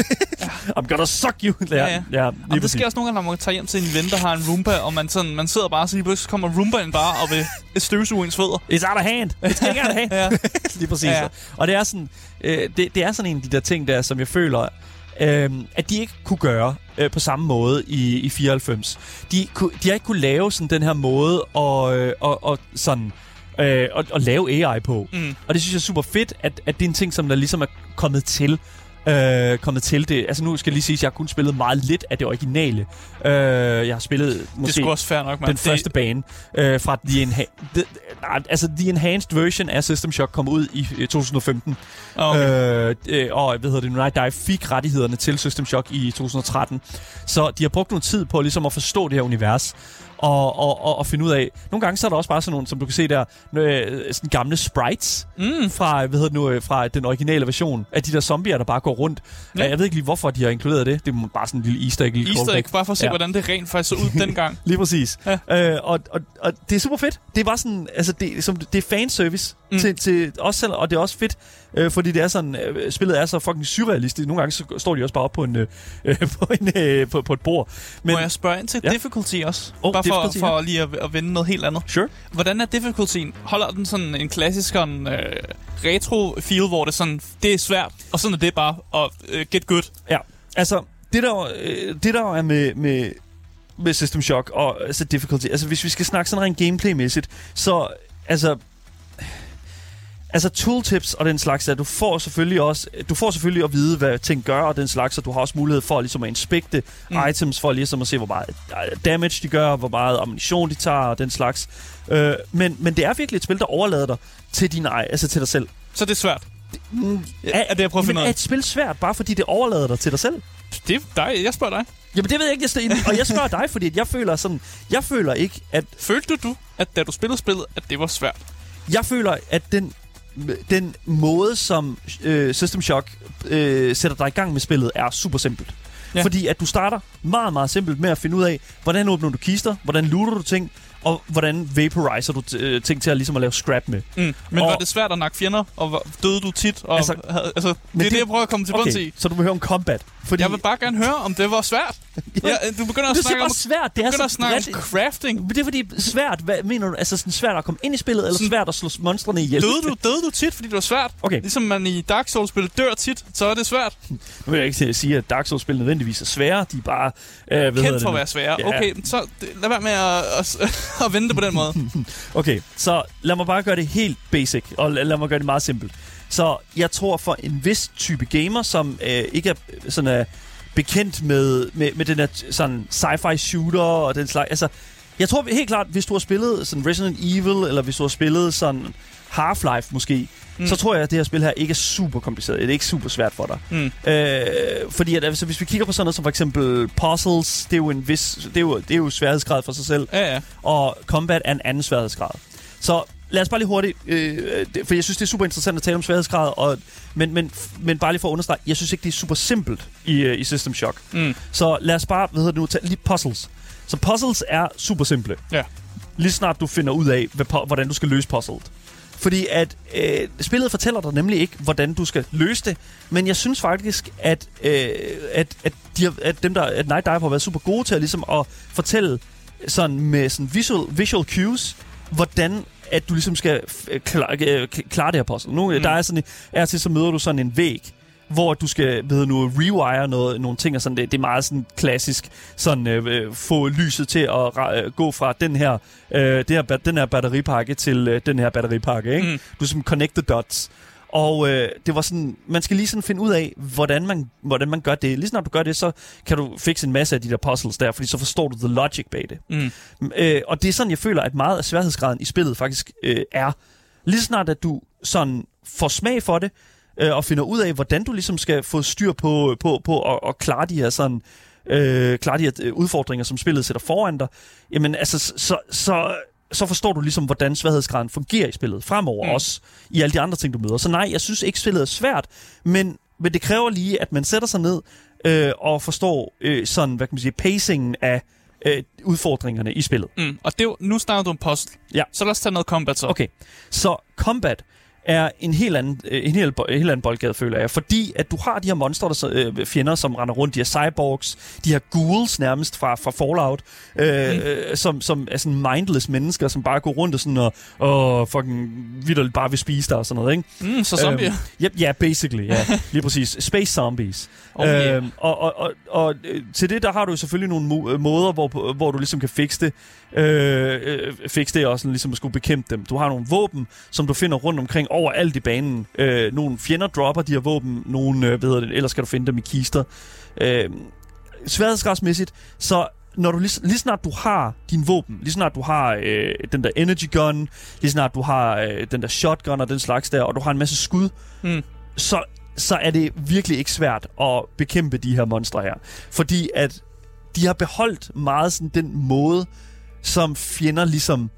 I'm gonna suck you. Ja, ja. ja. ja Jamen, det sker også nogle gange, når man tager hjem til en ven, der har en Roomba, og man, sådan, man sidder bare, så lige pludselig kommer Roombaen bare og vil støvsuge ens fødder. It's out of hand. It's out of hand. Ja. Lige præcis. Ja. Og det er sådan, øh, det, det er sådan en af de der ting der, som jeg føler... Øhm, at de ikke kunne gøre øh, på samme måde i, i fireoghalvfems. De, ku, de har ikke kunne lave sådan den her måde og, øh, og, og sådan øh, og, og lave A I på. Mm. Og det synes jeg er super fedt, at, at det er en ting, som der ligesom er kommet til. Øh, kommet til det. Altså nu skal jeg lige sige, at jeg har kun spillet meget lidt af det originale. Øh, jeg har spillet måske det også fair nok, man. den det... første bane øh, fra The, Enha- the, altså The Enhanced version af System Shock kom ud i to tusind og femten. Okay. Øh, og hvad hedder det nu? Night Dive fik rettighederne til System Shock i to tusind og tretten. Så de har brugt noget tid på ligesom at forstå det her univers. og, og, og, og finde ud af. Nogle gange så er der også bare sådan nogle, som du kan se der, øh, sådan gamle sprites mm. fra, hvad hedder det nu, fra den originale version af de der zombier, der bare går rundt. Ja. Jeg ved ikke lige, hvorfor de har inkluderet det. Det er bare sådan en lille easter egg. Easter egg, bare for at se, ja. hvordan det rent faktisk så ud dengang. Lige præcis. Ja. Øh, og, og, og det er super fedt. Det er bare sådan, altså det, som, det er fanservice mm. til, til os selv, og det er også fedt, øh, fordi det er sådan, øh, spillet er så fucking surrealistisk. Nogle gange så står de også bare op på en, øh, på, en øh, på, på et bord. Men, må jeg spørge ind til ja. difficulty også? Oh, bare for, for ja. lige at, at vende noget helt andet. Sure. Hvordan er difficultyen? Holder den sådan en klassisk sådan, øh, retro-feel, hvor det sådan, det er svært, og sådan er det bare, og øh, get good? Ja, altså, det der, øh, det der er med... med med System Shock og altså difficulty. Altså hvis vi skal snakke sådan rent gameplay-mæssigt, så altså altså tooltips og den slags, at du får selvfølgelig også du får selvfølgelig at vide, hvad ting gør og den slags, og du har også mulighed for ligesom at inspekte mm. items for ligesom at se, hvor meget damage de gør, hvor meget ammunition de tager og den slags. Øh, men men det er virkelig et spil, der overlader dig til din ej, altså til dig selv. Så det er svært. Mm, er, er det jeg prøver at finde ud af? Er et spil svært bare fordi det overlader dig til dig selv? Det er dig. Jeg spørger dig. Jamen det ved jeg ikke, jeg står, og jeg spørger dig, fordi jeg føler sådan, jeg føler ikke, at... Følte du, at da du spillede spillet, at det var svært? Jeg føler, at den, den måde, som øh, System Shock øh, sætter dig i gang med spillet, er super simpelt. Ja. Fordi at du starter meget, meget simpelt med at finde ud af, hvordan åbner du kister, hvordan looter du ting, og hvordan vaporizer du t- ting til at, ligesom at lave scrap med. Mm. Men og var det svært at nakke fjender, og døde du tit? Og altså, havde, altså, det er det, det, jeg prøver at komme til bunds okay, i. så du vil høre om combat. Fordi... Jeg vil bare gerne høre, om det var svært. Ja, du begynder at det snakke om, svært. Det er begynder at snakke bredt... om crafting. Men det er fordi svært, hvad mener du? Altså sådan svært at komme ind i spillet, eller sådan... svært at slå monstrene ihjel? Døde du, døde du tit, fordi det var svært? Okay. Ligesom man i Dark Souls-spillet dør tit, så er det svært. Nu vil jeg ikke sige, at Dark Souls-spil nødvendigvis er svære. De er bare... Øh, kendt for at være svære. Ja. Okay, så lad være med at, at, at vende det på den måde. Okay, så lad mig bare gøre det helt basic, og lad mig gøre det meget simpelt. Så jeg tror for en vis type gamer, som øh, ikke er sådan uh, bekendt med, med, med den her sådan sci-fi shooter og den slags. Altså, jeg tror helt klart, hvis du har spillet sådan Resident Evil, eller hvis du har spillet sådan Half-Life måske, mm. så tror jeg, at det her spil her ikke er super kompliceret. Det er ikke super svært for dig. Mm. Øh, fordi at, altså, hvis vi kigger på sådan noget som for eksempel puzzles, det er jo en vis, det er jo, det er jo sværhedsgrad for sig selv. Ja, ja. Og combat er en anden sværhedsgrad. Så lad os bare lige hurtigt, øh, det, for jeg synes, det er super interessant at tale om sværhedsgrad, og, men, men, men bare lige for at understrege, jeg synes ikke, det er super simpelt i, uh, i System Shock. Mm. Så lad os bare, hvad hedder det nu, tage lige puzzles. Så puzzles er super simple. Ja. Lige snart du finder ud af, hvad, hvordan du skal løse puzzlet. Fordi at øh, spillet fortæller dig nemlig ikke, hvordan du skal løse det, men jeg synes faktisk, at, øh, at, at, de har, at dem der, at Night Dive har været super gode til at, ligesom at fortælle sådan med sådan visual, visual cues, hvordan at du ligesom skal klare, klare det her puzzle. Nu, mm. der er sådan, er til så møder du sådan en væg, hvor du skal ved nu rewire noget, nogle ting og sådan. Det, det er meget sådan klassisk sådan øh, få lyset til at øh, gå fra den her øh, det her den her batteripakke til øh, den her batteripakke, ikke? Mm. Du som connect the dots. Og øh, det var sådan, man skal lige sådan finde ud af, hvordan man, hvordan man gør det. Lige snart du gør det, så kan du fikse en masse af de der puzzles der, fordi så forstår du the logic bag det. Mm. Øh, og det er sådan, jeg føler, at meget af sværhedsgraden i spillet faktisk øh, er. Lige snart, at du sådan får smag for det, øh, og finder ud af, hvordan du ligesom skal få styr på, på, på at, at klare de her sådan... Øh, klare de her udfordringer, som spillet sætter foran dig, jamen altså, så... så så forstår du ligesom, hvordan sværhedsgraden fungerer i spillet fremover, mm. også i alle de andre ting, du møder. Så nej, jeg synes ikke, spillet er svært, men, men det kræver lige, at man sætter sig ned øh, og forstår øh, sådan, hvad kan man sige, pacingen af øh, udfordringerne i spillet. Mm. Og det er jo, nu snakker du om puzzle. Ja. Så lad os tage noget combat så. Okay, så combat er en helt anden, en helt, en helt anden boldgade, føler jeg. Fordi at du har de her monstre, der, øh, fjender, som render rundt, de her cyborgs, de her ghouls nærmest fra, fra Fallout, øh, mm. øh, som, som er sådan mindless mennesker, som bare går rundt og sådan og, og fucking vitterligt bare vil spise dig og sådan noget, ikke? Mm, så zombier. Ja, øh, yeah, basically, ja. Lige præcis. Space zombies. Oh, yeah. øh, og, og, og, og til det, der har du selvfølgelig nogle mo- måder, hvor, hvor du ligesom kan fikse det. Øh, øh, fikse det og sådan ligesom at skulle bekæmpe dem. Du har nogle våben, som du finder rundt omkring overalt i banen. Øh, nogle fjender dropper de her våben, nogle, øh, hvad hedder det, ellers skal du finde dem i kister. Øh, sværhedsgradsmæssigt, så når du lige, lige snart du har din våben, lige snart du har øh, den der energy gun, lige snart du har øh, den der shotgun og den slags der, og du har en masse skud, mm. så, så er det virkelig ikke svært at bekæmpe de her monstre her. Fordi at de har beholdt meget sådan den måde, som fjender ligesom...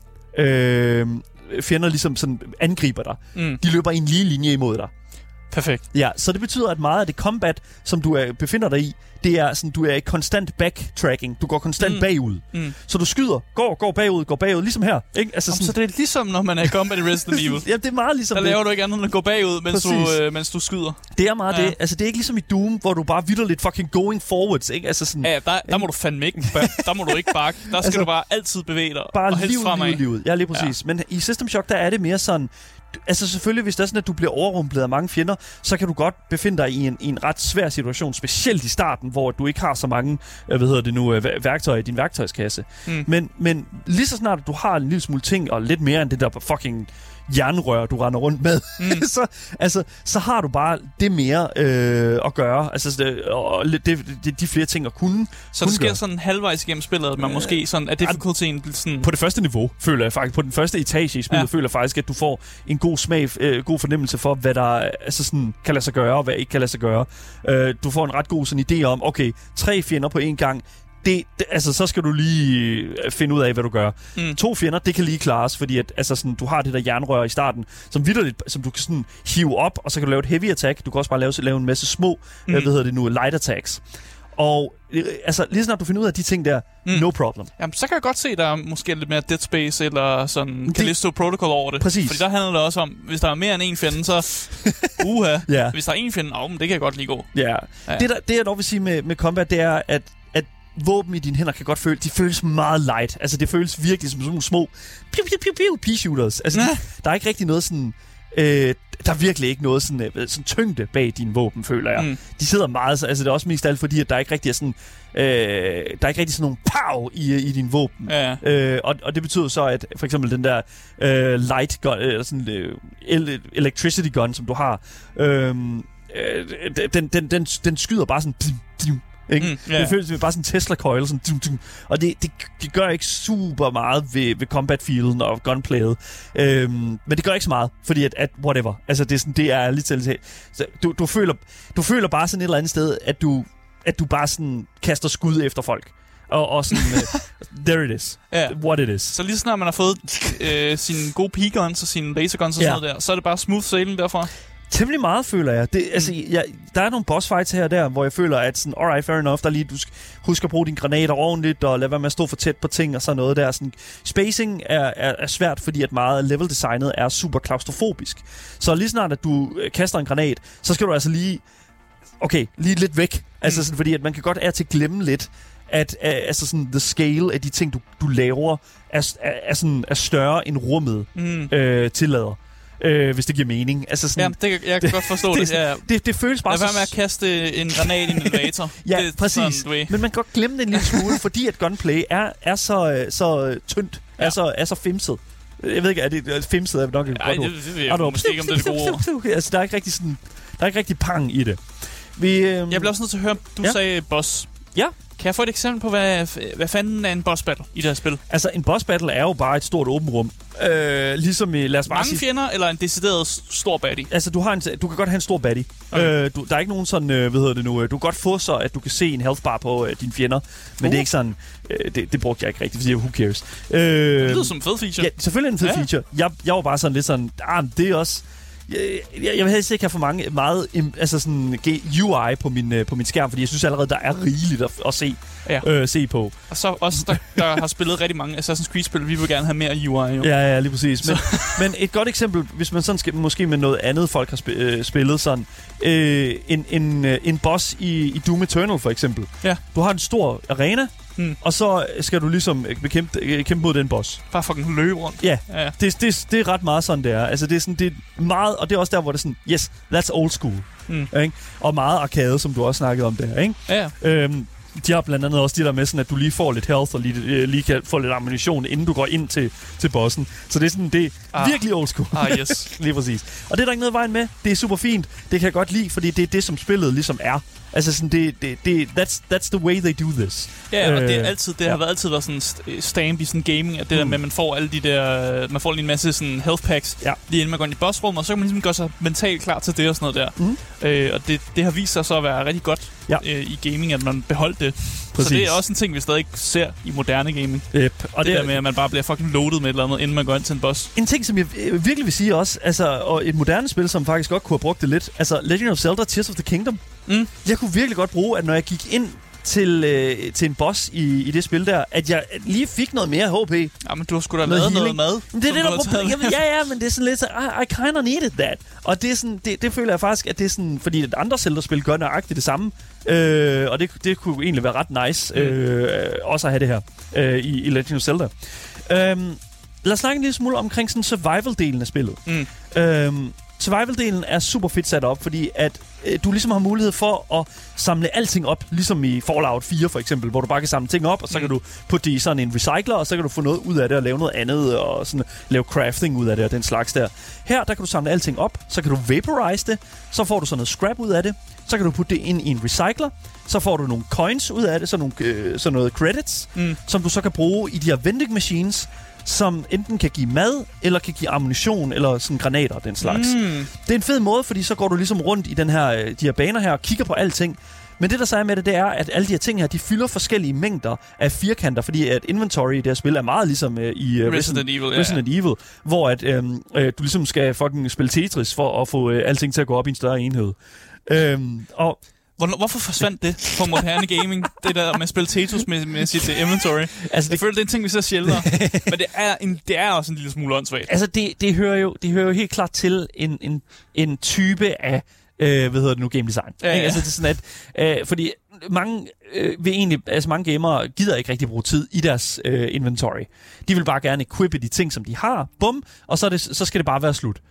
Øh, fjender ligesom sådan angriber dig. Mm. De løber i en lige linje imod dig. Perfekt. Ja, så det betyder, at meget af det combat, som du er, befinder dig i, det er sådan, du er i konstant backtracking. Du går konstant mm. bagud. Mm. Så du skyder, går, går bagud, går bagud, ligesom her. Ikke? Altså sådan... Så det er ligesom, når man er i combat i Resident Evil. Ja, det er meget ligesom der det. Der laver du ikke andet end at gå bagud, mens, du, øh, mens du skyder. Det er meget ja. det. Altså, det er ikke ligesom i Doom, hvor du bare vitterligt fucking going forwards, ikke? Altså sådan... Ja, der, der må du fandme ikke. Der må du ikke bakke. Der skal altså, du bare altid bevæge dig. Bare og helst liv, fremad. liv, liv. Ja, lige præcis. Ja. Men i System Shock, der er det mere sådan... Altså selvfølgelig, hvis det er sådan, at du bliver overrumplet af mange fjender, så kan du godt befinde dig i en, i en ret svær situation, specielt i starten, hvor du ikke har så mange, hvad hedder det nu, værktøjer i din værktøjskasse. Mm. Men, men lige så snart du har en lille smule ting, og lidt mere end det der fucking jernrør, du render rundt med, mm. så, altså, så har du bare det mere øh, at gøre. Altså, det, og det, det, de flere ting at kunne Så kunne det sker gøre. Sådan halvvejs igennem spillet, at man øh, måske sådan, er difficultyen sådan... På det første niveau, føler jeg faktisk. På den første etage i spillet, ja. føler jeg faktisk, at du får en god smag, øh, god fornemmelse for, hvad der altså sådan, kan lade sig gøre, og hvad ikke kan lade sig gøre. Øh, du får en ret god sådan idé om, okay, tre fjender på én gang, Det, det, altså, så skal du lige finde ud af, hvad du gør. Mm. To fjender, det kan lige klares, fordi at, altså, sådan, du har det der jernrør i starten, som vitterligt, som du kan sådan hive op, og så kan du lave et heavy attack. Du kan også bare lave, lave en masse små, mm. hvad hedder det nu, light attacks. Og altså, lige snart du finder ud af de ting der, mm. no problem. Jamen, så kan jeg godt se, der er måske lidt mere Dead Space eller sådan Callisto det... Protocol over det. Præcis. Fordi der handler det også om, hvis der er mere end en fjende, så uha. yeah. Hvis der er en fjende, oh, men det kan jeg godt lige gå. Yeah. Ja. Det, der, det jeg dog vil sige med, med combat, det er, at våben i dine hænder kan godt føle, de føles meget light. Altså, det føles virkelig som sådan nogle små piu, piu, piu, piu, pea-shooters. Altså, de, der er ikke rigtig noget sådan... Øh, der er virkelig ikke noget sådan, øh, sådan tyngde bag dine våben, føler jeg. Mm. De sidder meget... Altså, det er også mest alt fordi, at der ikke rigtig er sådan... Øh, der er ikke rigtig sådan nogle pow i, i din våben. Ja. Øh, og, og det betyder så, at for eksempel den der øh, light gun, eller sådan øh, electricity gun, som du har, øh, den, den, den, den skyder bare sådan... Ikke? Mm, yeah. Det føles bare sådan en Tesla-coil. Sådan, dum, dum. Og det, det, det gør ikke super meget ved, ved combat-feelen og gunplayet. Øhm, men det gør ikke så meget, fordi at, at whatever. Altså, det er, sådan, det er lidt til. Du, du, føler, du føler bare sådan et eller andet sted, at du, at du bare sådan kaster skud efter folk. Og, og sådan, uh, there it is. Yeah. What it is. Så lige snart man har fået øh, sine gode p-guns og sine laserguns og yeah. sådan noget der, så er det bare smooth sailing derfra. Temmelig meget, føler jeg. Det, mm. altså, jeg. Der er nogle boss fights her og der, hvor jeg føler, at sådan, alright, fair enough, der lige, du skal huske at bruge dine granater ordentligt, og lade være med at stå for tæt på ting og sådan noget der. Sådan, spacing er, er, er svært, fordi at meget level-designet er super klaustrofobisk. Så lige snart, at du kaster en granat, så skal du altså lige, okay, lige lidt væk. Mm. Altså sådan, fordi at man kan godt er til at glemme lidt, at uh, altså sådan, the scale af de ting, du, du laver, er, er, er, sådan, er større end rummet mm. øh, tillader. Øh, hvis det giver mening. Altså sådan, ja, det, jeg kan det, godt forstå det. Det, ja. det, det føles bare... Lad være med at kaste en granat i en elevator. ja, det, præcis. Sådan, men man kan godt glemme det en lille smule, fordi at gunplay er, er så, så tyndt, ja. er, så, er så femset. Jeg ved ikke, er det femset? Er det nok et Ej, godt det, det ved jeg måske ikke, om det er det gode ord. Altså, der er ikke rigtig sådan... Der er ikke rigtig pang i det. Vi, øhm, jeg bliver også nødt til at høre, du ja. sagde boss. Ja. Kan jeg få et eksempel på, hvad, hvad fanden er en boss battle i det her spil? Altså, en boss battle er jo bare et stort åbent rum. Øh, ligesom i, lad os bare mange sige... fjender, eller en decideret stor baddie? Altså, du, har en, du kan godt have en stor baddie. Okay. Øh, du, der er ikke nogen sådan, øh, hvad hedder det nu, du kan godt få så, at du kan se en health bar på øh, dine fjender, men uh. det er ikke sådan, øh, det, det brugte jeg ikke rigtigt, fordi who cares. Øh, det lyder som en fed feature. Ja, selvfølgelig en fed ja. feature. Jeg, jeg var bare sådan lidt sådan, ah, det er også... Jeg, jeg vil helst ikke have for mange meget altså sådan U I på min på min skærm, fordi jeg synes allerede der er rigeligt at, at se ja. øh, se på. Og så også der, der har spillet rigtig mange Assassin's Creed spil, vi vil gerne have mere U I jo. Ja, ja, lige præcis. Men, men et godt eksempel, hvis man sådan skal måske med noget andet folk har sp- øh, spillet sådan øh, en en en boss i i Doom Eternal for eksempel. Ja. Du har en stor arena. Hmm. Og så skal du ligesom bekæmpe, kæmpe mod den boss. Bare fucking løbe rundt. Ja, ja, ja. Det, det, det er ret meget sådan, det er. Altså, det er sådan, det er meget, og det er også der, hvor det er sådan, yes, that's old school. Hmm. Ikke? Og meget arcade, som du også snakkede om der, ikke? Ja. Øhm, de har blandt andet også de der med sådan, at du lige får lidt health og lige, lige kan få lidt ammunition, inden du går ind til, til bossen. Så det er sådan, det er ah. virkelig old school. Ah, yes. Lige præcis. Og det er der ikke noget vejen med. Det er super fint. Det kan jeg godt lide, fordi det er det, som spillet ligesom er. Altså sådan, det, det, det, that's, that's the way they do this. Ja, og det er altid, det ja. har været altid været sådan stamp i sådan gaming, at det mm. der med, at man får alle de der, man får lige en masse sådan health packs, ja. lige inden man går ind i bossrum, og så kan man ligesom gøre sig mentalt klar til det og sådan noget der. Mm. Øh, og det, det har vist sig så at være rigtig godt ja. øh, i gaming, at man beholdt det. Præcis. Så det er også en ting, vi stadig ser i moderne gaming. Yep. Og det, det der med, at man bare bliver fucking loaded med et eller andet, inden man går ind til en boss. En ting, som jeg virkelig vil sige også, altså, og et moderne spil, som faktisk godt kunne have brugt det lidt, altså Legend of Zelda Tears of the Kingdom. Mm. Jeg kunne virkelig godt bruge, at når jeg gik ind til, øh, til en boss i, i det spil der, at jeg lige fik noget mere H P. Ja, men du har sgu da lavet noget mad. Men det er det, der problem. Jamen, ja, ja, men det er sådan lidt så, I, I kinda needed that. Og det er sådan, det, det føler jeg faktisk, at det er sådan, fordi et andre Zelda-spil gør nøjagtigt det samme. Øh, og det, det kunne egentlig være ret nice, mm. øh, også at have det her øh, i, i Legend of Zelda. Øh, lad os snakke en lille smule omkring sådan survival-delen af spillet. Mm. Øh, Survival-delen er super fedt sat op, fordi at øh, du ligesom har mulighed for at samle alting op, ligesom i Fallout fire for eksempel, hvor du bare kan samle ting op, og så mm. kan du putte det i sådan en recycler, og så kan du få noget ud af det og lave noget andet, og sådan lave crafting ud af det og den slags der. Her, der kan du samle alting op, så kan du vaporize det, så får du sådan noget scrap ud af det, så kan du putte det ind i en recycler, så får du nogle coins ud af det, sådan, nogle, øh, sådan noget credits, mm. som du så kan bruge i de her vending machines, som enten kan give mad, eller kan give ammunition, eller sådan granater og den slags. Mm. Det er en fed måde, fordi så går du ligesom rundt i den her, de her baner her, og kigger på alting. Men det, der så er med det, det er, at alle de her ting her, de fylder forskellige mængder af firkanter, fordi at inventory i det her spil er meget ligesom uh, i uh, Resident, Evil, Resident yeah. Evil, hvor at, um, uh, du ligesom skal fucking spille Tetris for at få uh, alting til at gå op i en større enhed. Um, og Hvor, hvorfor forsvandt det fra moderne gaming? Det der med at spille Tetris med, med sit inventory. Altså, jeg føler, det er en ting, vi ser sjældnere. Men det er, en, det er også en lille smule åndssvagt. Altså, det, det, hører jo, det hører jo helt klart til en, en, en type af, øh, hvad hedder det nu, game design. Ja, ja. Altså, det er sådan, at, øh, fordi mange øh, vil egentlig, altså mange gamere gider ikke rigtig bruge tid i deres øh, inventory. De vil bare gerne equippe de ting, som de har. Bum, og så, er det, så skal det bare være slut.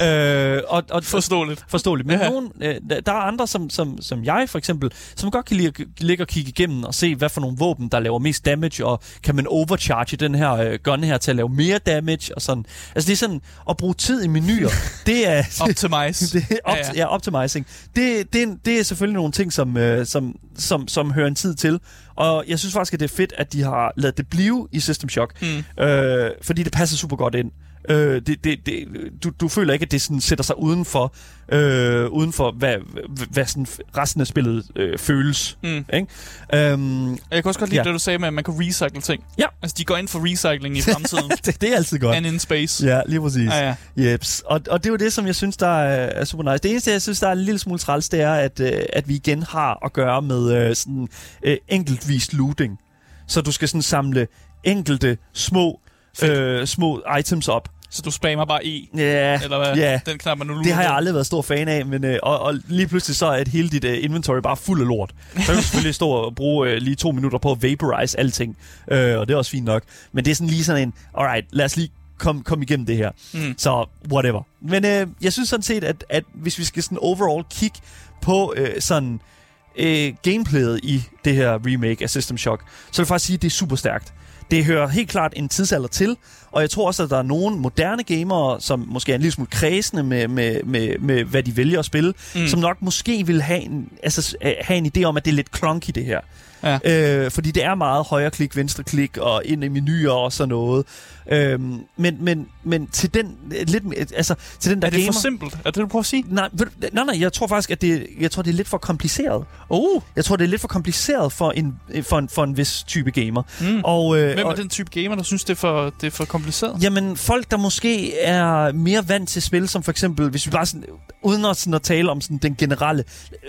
øh, og, og, forståeligt. Forståeligt. Men ja. nogen, øh, der er andre, som, som, som jeg for eksempel, som godt kan lide at ligge og kigge igennem og se, hvad for nogle våben, der laver mest damage, og kan man overcharge den her øh, gun her til at lave mere damage, og sådan. Altså det er sådan, at bruge tid i menuer, det er... Optimize. det er opt- ja, ja. ja, optimizing. Det, det, er, det er selvfølgelig nogle ting, som, øh, som, som, som hører en tid til. Og jeg synes faktisk, at det er fedt, at de har ladet det blive i System Shock, mm. øh, fordi det passer super godt ind. Øh, det, det, det, du, du føler ikke, at det sådan sætter sig uden for, øh, uden for hvad, hvad, hvad sådan resten af spillet øh, føles. Mm. Ikke? Um, jeg kan også godt lide ja. det, du sagde med, at man kan recycle ting. Ja. Altså, de går ind for recycling i fremtiden. det, det er altid godt. And in space. Ja, lige præcis. Ah, ja. Jeps. Og, og det er jo det, som jeg synes, der er, er super nice. Det eneste, jeg synes, der er en lille smule træls, det er, at, øh, at vi igen har at gøre med øh, sådan øh, enkeltvis looting. Så du skal sådan samle enkelte små, øh, små items op. Så du spammer bare i? Ja, eller hvad? Ja. Den knap, man nu det har jeg aldrig været stor fan af, men øh, og, og lige pludselig så er et hele dit øh, inventory bare fuld af lort. Så kan du selvfølgelig stå og bruge øh, lige to minutter på at vaporize alting, øh, og det er også fint nok. Men det er sådan lige sådan en, alright, lad os lige komme kom igennem det her. Mm. Så whatever. Men øh, jeg synes sådan set, at, at hvis vi skal sådan overall kigge på øh, sådan øh, gameplayet i det her remake af System Shock, så vil jeg faktisk sige, at det er super stærkt. Det hører helt klart en tidsalder til, og jeg tror også, at der er nogle moderne gamere, som måske er en lille smule kredsende med, med, med, med hvad de vælger at spille, mm. som nok måske vil have en, altså, have en idé om, at det er lidt clunky, det her. Ja. Øh, fordi det er meget højre klik, venstre klik og ind i menuer og sådan noget. Øhm, men, men, men til den lidt, altså til den der er det gamer, for simpelt? Er det du prøver at sige? Nej, nej, nej, jeg tror faktisk at det, jeg tror det er lidt for kompliceret. Oh, jeg tror det er lidt for kompliceret for en for en, for en vis type gamer. Mm. Og øh, hvem er og, den type gamer der synes det er for det er for kompliceret? Jamen folk der måske er mere vant til spil, som for eksempel hvis vi bare sådan, uden at, sådan at tale om sådan den generelle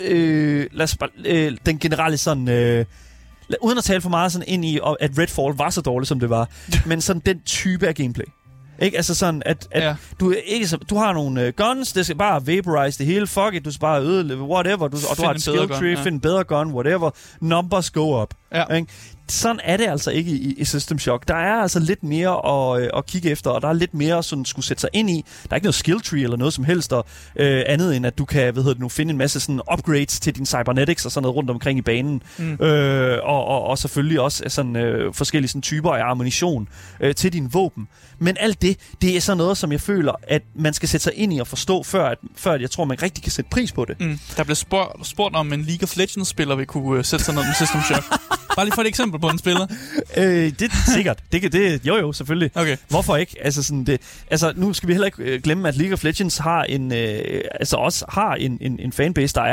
øh, lad os bare, øh, den generelle sådan øh, uden at tale for meget sådan ind i, at Redfall var så dårligt, som det var, men sådan den type af gameplay. Ikke? Altså sådan, at, at ja. du, ikke, du har nogle uh, guns, det skal bare vaporize det hele, fuck it, du skal bare ødelægge, whatever, du, og du har et skill tree, ja. find en bedre gun, whatever, numbers go up. Ja. Ikke? Sådan er det altså ikke i, i System Shock. Der er altså lidt mere at, at kigge efter, og der er lidt mere sådan skulle sætte sig ind i. Der er ikke noget skill tree eller noget som helst, og, øh, andet end at du kan, hvad hedder det nu, finde en masse sådan upgrades til din cybernetics og sådan noget rundt omkring i banen. Mm. Øh, og, og, og selvfølgelig også sådan, øh, forskellige sådan, typer af ammunition øh, til din våben. Men alt det, det er sådan noget, som jeg føler, at man skal sætte sig ind i og forstå, før, at, før at jeg tror, man rigtig kan sætte pris på det. Mm. Der blev spurgt, spurgt om en League of Legends-spiller vil kunne uh, sætte sig ned med System Shock. Bare lige for et eksempel på en spiller. Øh, det er sikkert. Det, det, jo jo, selvfølgelig. Okay. Hvorfor ikke? Altså, sådan det, altså, nu skal vi heller ikke glemme, at League of Legends har en, øh, altså også har en, en, en fanbase, der er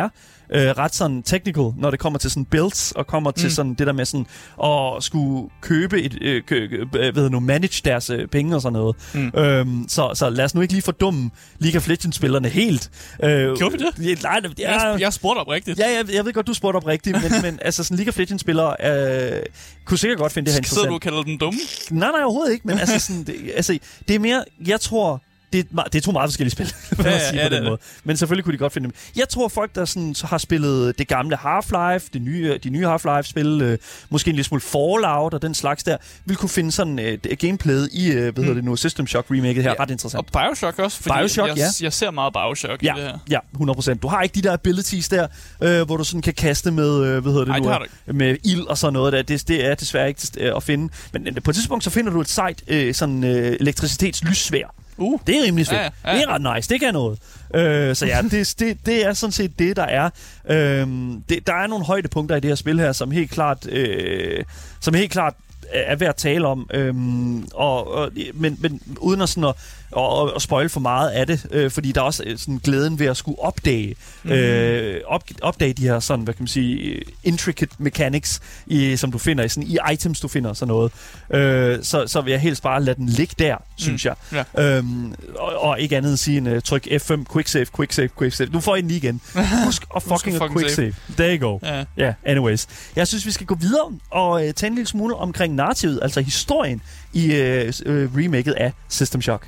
øh, ret sådan technical, når det kommer til sådan builds, og kommer mm. til sådan det der med sådan at skulle købe et, øh, kø, hvad hedder nu, manage deres øh, penge og sådan noget. Mm. Øhm, så, så lad os nu ikke lige fordumme League of Legends-spillerne helt. Øh, Gjorde vi det? Ja, nej, ja, jeg, jeg spurgte op rigtigt. Ja, jeg, jeg ved godt, du spurgte op rigtigt, men, men altså sådan League of Legends-spillere øh, kunne sikkert godt finde det her interessant. Sidder du og kalder dem dumme? Nej, nej, overhovedet ikke, men altså sådan, det, altså, det er mere, jeg tror... Det er, det er to meget forskellige spil, ja, ja, sige ja, på den måde. Men selvfølgelig kunne de godt finde dem. Jeg tror, folk, der sådan, har spillet det gamle Half-Life, det nye, de nye Half-Life-spil, øh, måske en lille smule Fallout og den slags der, vil kunne finde sådan øh, gameplayet i, øh, hvad mm. hedder det nu, System Shock-remaket her. Ja. Ret interessant. Og Bioshock også, fordi Bioshock, jeg, ja. jeg ser meget Bioshock ja, i det her. Ja, hundrede procent. Du har ikke de der abilities der, øh, hvor du sådan kan kaste med, øh, hvad hedder det Ej, nu, det øh, med ild og sådan noget der. Det, det er desværre ikke øh, at finde. Men øh, på et tidspunkt, så finder du et sejt øh, sådan øh, elektricitetslysvær. Uh. Det er rimelig fedt. Ja, ja. Det er ret nice. Det kan noget. Øh, så ja, det, det, det er sådan set det, der er. Øh, det, der er nogle højdepunkter i det her spil her, som helt klart, øh, som helt klart er værd at tale om. Øh, og, og, men, men uden at, sådan at, at, at spoil for meget af det, øh, fordi der er også sådan glæden ved at skulle opdage, mm. øh, op, opdage de her sådan, hvad kan man sige, intricate mechanics, i, som du finder i, sådan, i items, du finder sådan noget. Øh, så, så vil jeg helst bare lade den ligge der, synes mm. jeg. Ja. Øhm, og, og ikke andet end sige en uh, tryk F fem, quick save, quick save, quick save. Nu får I den lige igen. Husk at fucking, fucking quick save. save. There you go. Ja. Yeah. yeah, anyways. Jeg synes, vi skal gå videre og uh, tage en lille smule omkring narrativet, altså historien i uh, uh, remaket af System Shock.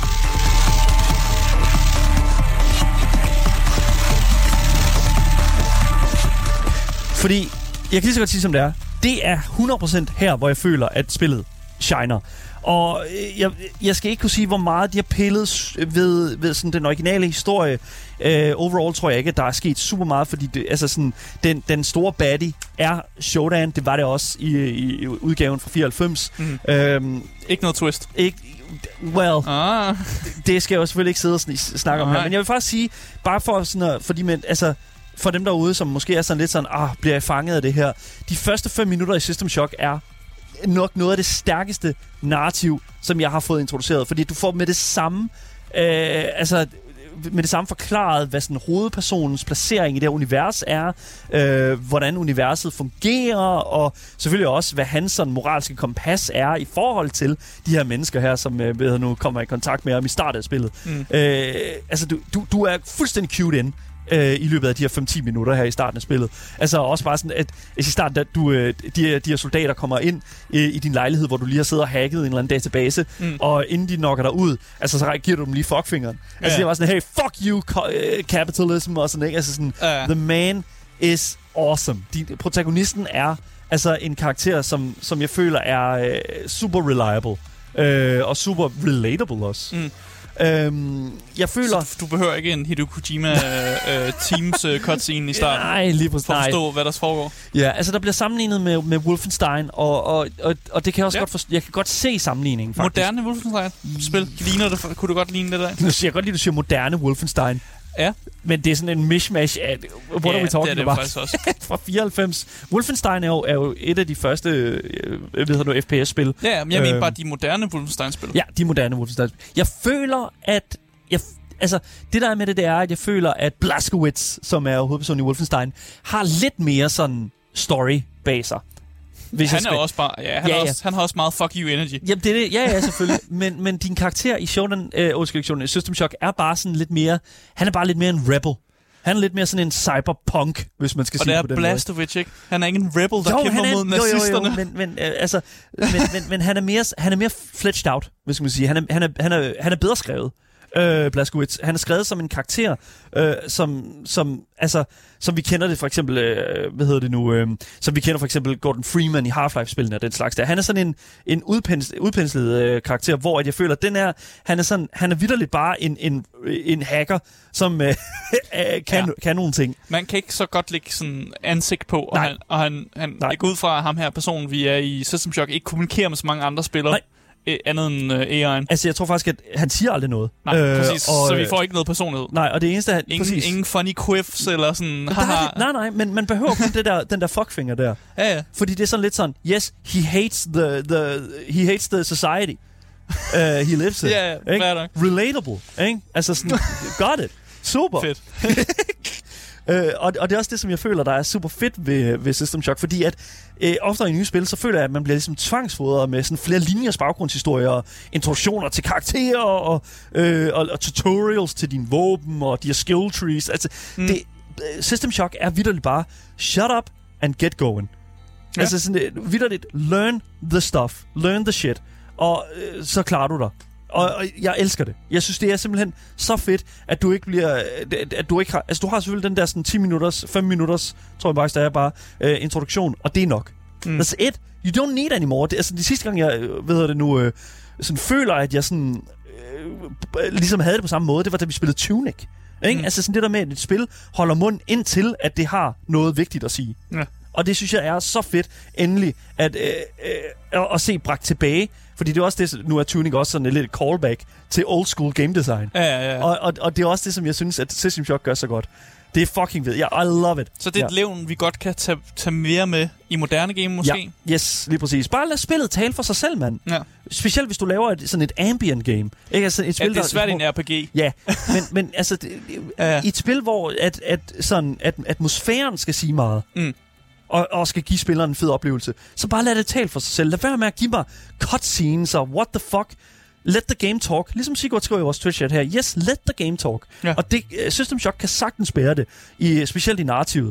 Fordi, jeg kan lige så godt sige, som det er, det er hundrede procent her, hvor jeg føler, at spillet shiner. Og jeg, jeg skal ikke kunne sige, hvor meget de har pillet ved, ved sådan den originale historie. Uh, overall tror jeg ikke, at der er sket super meget, fordi det, altså sådan, den, den store baddie er Shodan. Det var det også i, i udgaven fra fireoghalvfems. Mm. Um, ikke noget twist. Ikke, well, ah. det, det skal jeg jo selvfølgelig ikke sidde og snakke om her. Men jeg vil faktisk sige, bare for sådan at, fordi man, altså, for dem derude, som måske er sådan lidt sådan, ah, bliver jeg fanget af det her. De første fem minutter i System Shock er nok noget af det stærkeste narrativ, som jeg har fået introduceret. Fordi du får med det samme, øh, altså med det samme forklaret, hvad sådan hovedpersonens placering i det her univers er, øh, hvordan universet fungerer, og selvfølgelig også, hvad hans sådan moralske kompas er i forhold til de her mennesker her, som øh, ved nu kommer i kontakt med ham i starten af spillet. Mm. Øh, altså, du, du, du er fuldstændig cued in øh, i løbet af de her fem til ti minutter her i starten af spillet. Altså også bare sådan, at, at i starten, da du, øh, de, de her soldater kommer ind øh, i din lejlighed, hvor du lige har siddet og hacket en eller anden database, mm. og inden de knocker dig ud, altså så giver du dem lige fuckfingeren. Ja. Altså det var sådan, hey, fuck you, capitalism, og sådan, ikke? Altså sådan, ja. The man is awesome. De, protagonisten er altså en karakter, som, som jeg føler er øh, super reliable, øh, og super relatable også. Mm. Øhm, jeg føler... Så du behøver ikke en Hideo Kojima uh, Teams uh, cutscene i starten? Nej, lige præcis. For at forstå, hvad der foregår? Ja, altså der bliver sammenlignet med, med Wolfenstein, og, og, og, og det kan jeg også ja. godt forstå. Jeg kan godt se sammenligningen, faktisk. Moderne Wolfenstein-spil? Ligner det? Kunne du godt ligne det der? Jeg kan godt lide, at du siger moderne Wolfenstein. Ja. Men det er sådan en mishmash af... What ja, are we talking det er det about? faktisk også. Fra fireoghalvfems. Wolfenstein er jo, er jo et af de første øh, ved du, F P S-spil. Ja, men jeg mener bare de moderne Wolfenstein-spil. Ja, de moderne Wolfenstein-spil. Jeg føler, at... Jeg, altså, det der er med det, det er, at jeg føler, at Blazkowicz, som er hovedpersonen i Wolfenstein, har lidt mere sådan story bag sig. Hvis han er også bare, ja, han, ja, ja. Også, han har også meget fuck you energy. Jamen det er det, ja, ja, selvfølgelig. men, men din karakter i Shodan, øh, undskyld, System Shock er bare sådan lidt mere, han er bare lidt mere en rebel. Han er lidt mere sådan en cyberpunk, hvis man skal og sige det på den måde. Og det er Blazkowicz, ikke? Han er ikke en rebel, der jo, kæmper er, mod nazisterne. Jo, jo, jo, men, men, øh, altså, men, men, men han er mere, han er mere fleshed out, hvis man sige. Han er, han er, han er, han er bedre skrevet. Øh, Blazkowicz. Han er skrevet som en karakter, øh, som, som, altså, som vi kender det for eksempel, øh, hvad hedder det nu, øh, som vi kender for eksempel Gordon Freeman i Half-Life-spillene og den slags der. Han er sådan en, en udpenslet, udpenslet øh, karakter, hvor at jeg føler, at den er, han er sådan, han er vitterligt bare en, en, en hacker, som øh, kan, ja. kan nogle ting. Man kan ikke så godt lægge sådan ansigt på, og Nej. han, og han, han jeg går ud fra, at ham her person, vi er i System Shock, ikke kommunikerer med så mange andre spillere. Nej. Andet end uh, A I'en. Altså, jeg tror faktisk, at han siger aldrig noget. Nej, øh, præcis. Og, så vi får ikke noget personlighed. Nej, og det eneste... Han, ingen, præcis. ingen funny quiffs eller sådan... Haha. Nej, nej, men man behøver kun det der, den der fuckfinger der. Ja, ja. Fordi det er sådan lidt sådan, yes, he hates the, the, he hates the society. uh, he lives it. Ja, ja, Relatable, ikke? Altså sådan, got it. Super. Fedt. Øh, og, og det er også det, som jeg føler, der er super fedt ved, ved System Shock, fordi at øh, ofte i nye spil, så føler jeg, at man bliver ligesom tvangsfodret med sådan flere linjers baggrundshistorier, og introduktioner til karakterer, og, øh, og, og tutorials til dine våben, og de her skill trees. Altså, mm. det, System Shock er vitterligt bare, shut up and get going. Ja. Altså sådan, vitterligt, learn the stuff, learn the shit, og øh, så klarer du dig. Og, og jeg elsker det. Jeg synes, det er simpelthen så fedt, at du ikke bliver... At du ikke har... Altså, du har selvfølgelig den der sådan ti minutters, fem minutters, tror jeg faktisk, der er bare, øh, introduktion, og det er nok. Mm. That's it. You don't need anymore. Det, altså, de sidste gang, jeg ved det nu, øh, sådan føler, at jeg sådan... Øh, ligesom havde det på samme måde, det var, da vi spillede Tunic. Ikke? Mm. Altså sådan det der med, at et spil holder mund indtil, at det har noget vigtigt at sige. Ja. Og det synes jeg er så fedt, endelig, at, øh, øh, at se bragt tilbage. Fordi det er også det, nu er Tunic også sådan et lidt callback til old school game design. Ja, ja, ja. Og, og, og det er også det, som jeg synes, at System Shock gør så godt. Det er fucking fedt. Yeah, I love it. Så det er et ja. levn, vi godt kan tage, tage mere med i moderne game, måske? Ja, yes, lige præcis. Bare lad spillet tale for sig selv, mand. Ja. Specielt hvis du laver et, sådan et ambient game. Ikke? Altså et spil, ja, det er svært der, i en R P G. Ja, men, men altså, det, ja, ja. i et spil, hvor at, at, sådan, at atmosfæren skal sige meget, mm. og, og skal give spilleren en fed oplevelse, så bare lad det tale for sig selv. Lad være med at give mig cutscenes og what the fuck. Let the game talk. Ligesom Sigurd skriver i vores Twitch-chat her. Yes, let the game talk. Ja. Og det, System Shock kan sagtens bære det, i, specielt i narrativet.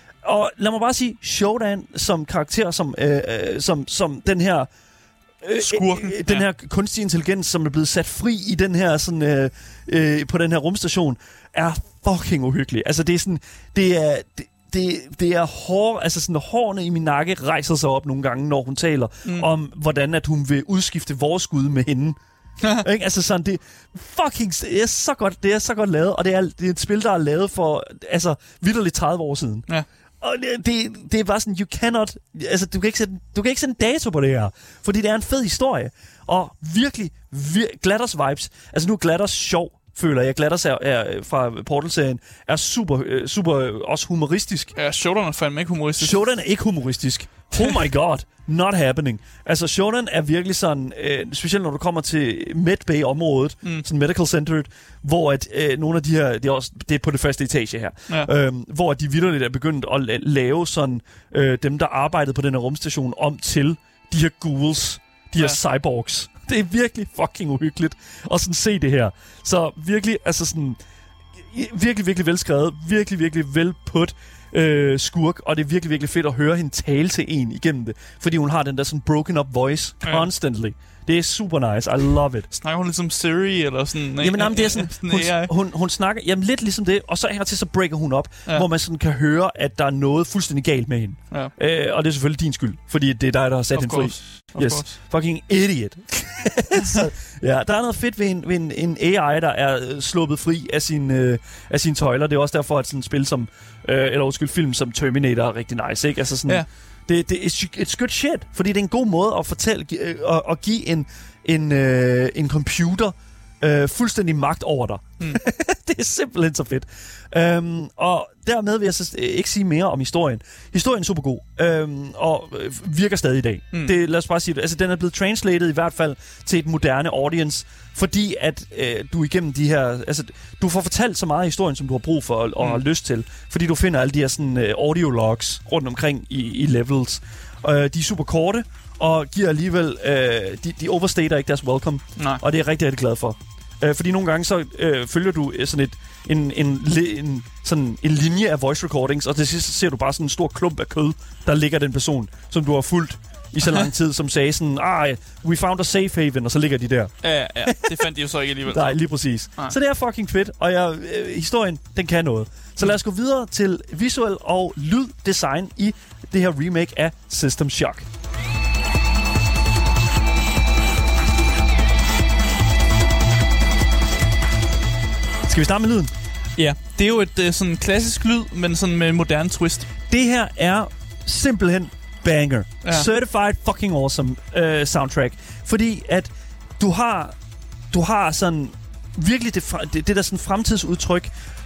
Og lad mig bare sige, Shodan som karakter, som, øh, som, som den her... Øh, Skurken. Øh, den ja. her kunstige intelligens, som er blevet sat fri i den her, sådan, øh, øh, på den her rumstation, er fucking uhyggelig. Altså, det er sådan... Det er... Det, Det, det er hår, altså sådan hårene i min nakke rejser sig op nogle gange, når hun taler mm. om, hvordan at hun vil udskifte vores skud med hende. Ikke? Altså sådan, det fucking, det er så godt, det er så godt lavet, og det er, det er et spil, der er lavet for, altså, vitterligt tredive år siden. Ja. Og det, det, det er bare sådan, you cannot, altså, du kan ikke sætte, du kan ikke sætte en dato på det her, fordi det er en fed historie, og virkelig, vir- Gladders vibes, altså nu er Gladders sjov, føler jeg. Gladders er, er fra Portal-serien er super, øh, super øh, også humoristisk. Ja, Shodan er fandme ikke humoristisk. Shodan er ikke humoristisk. Oh my god. Not happening. Altså, Shodan er virkelig sådan, øh, specielt når du kommer til Medbay-området, mm. sådan medical centered, hvor at, øh, nogle af de her, det er, også, det er på det første etage her, ja. øh, hvor de vitterligt er begyndt at lave sådan, øh, dem der arbejdede på den her rumstation, om til de her ghouls, de her ja. cyborgs. Det er virkelig fucking uhyggeligt at sådan se det her. Så virkelig, altså sådan, virkelig, virkelig velskrevet, virkelig, virkelig velput øh, skurk, og det er virkelig, virkelig fedt at høre hende tale til en igennem det, fordi hun har den der sådan broken up voice constantly. Det er super nice. I love it. Snakker hun lidt som Siri, eller sådan? Nej, jamen, jamen, det er sådan, hun, hun, hun snakker, jamen lidt ligesom det, og så her til så breaker hun op, ja. hvor man sådan kan høre, at der er noget fuldstændig galt med hende. Ja. Øh, og det er selvfølgelig din skyld, fordi det er dig, der har sat of hende course. fri. Of yes. Course. Fucking idiot. Så, ja, der er noget fedt ved en, ved en, en A I, der er sluppet fri af, sin, øh, af sine tøjler. Det er også derfor, at sådan et spil som, øh, eller undskyld, film som Terminator er rigtig nice, ikke? Altså sådan... Ja. Det, det er it's good shit, fordi det er en god måde at fortælle og at give en en øh, en computer øh, fuldstændig magt over dig. Mm. Det er simpelthen så fedt. Um, og dermed vil jeg så ikke sige mere om historien. Historien er super god um, og virker stadig i dag. Mm. Det, lad os bare sige det. Altså, den er blevet translated i hvert fald til et moderne audience, fordi at øh, du igennem de her... Altså, du får fortalt så meget af historien, som du har brug for og, og mm. har lyst til, fordi du finder alle de her sådan, uh, audio logs rundt omkring i, i levels. Uh, de er super korte, og giver alligevel... Uh, de, de overstater ikke deres welcome, Nej. og det er jeg rigtig, rigtig glad for. Uh, fordi nogle gange så uh, følger du sådan et en, en, en, sådan en linje af voice recordings, og til sidst ser du bare sådan en stor klump af kød, der ligger den person, som du har fulgt i så lang tid, som sagde sådan, ah, we found a safe haven, og så ligger de der. Ja, ja, det fandt de jo så ikke alligevel. Nej, lige præcis. Nej. Så det er fucking fedt, og jeg, øh, historien, den kan noget. Så lad os gå videre til visuel og lyddesign i det her remake af System Shock. Skal vi starte med lyden? Ja, det er jo et uh, sådan klassisk lyd, men sådan med en moderne twist. Det her er simpelthen banger. Ja. Certified fucking awesome uh, soundtrack. Fordi at du har du har sådan virkelig det, det, det der sådan fremtidsudtryk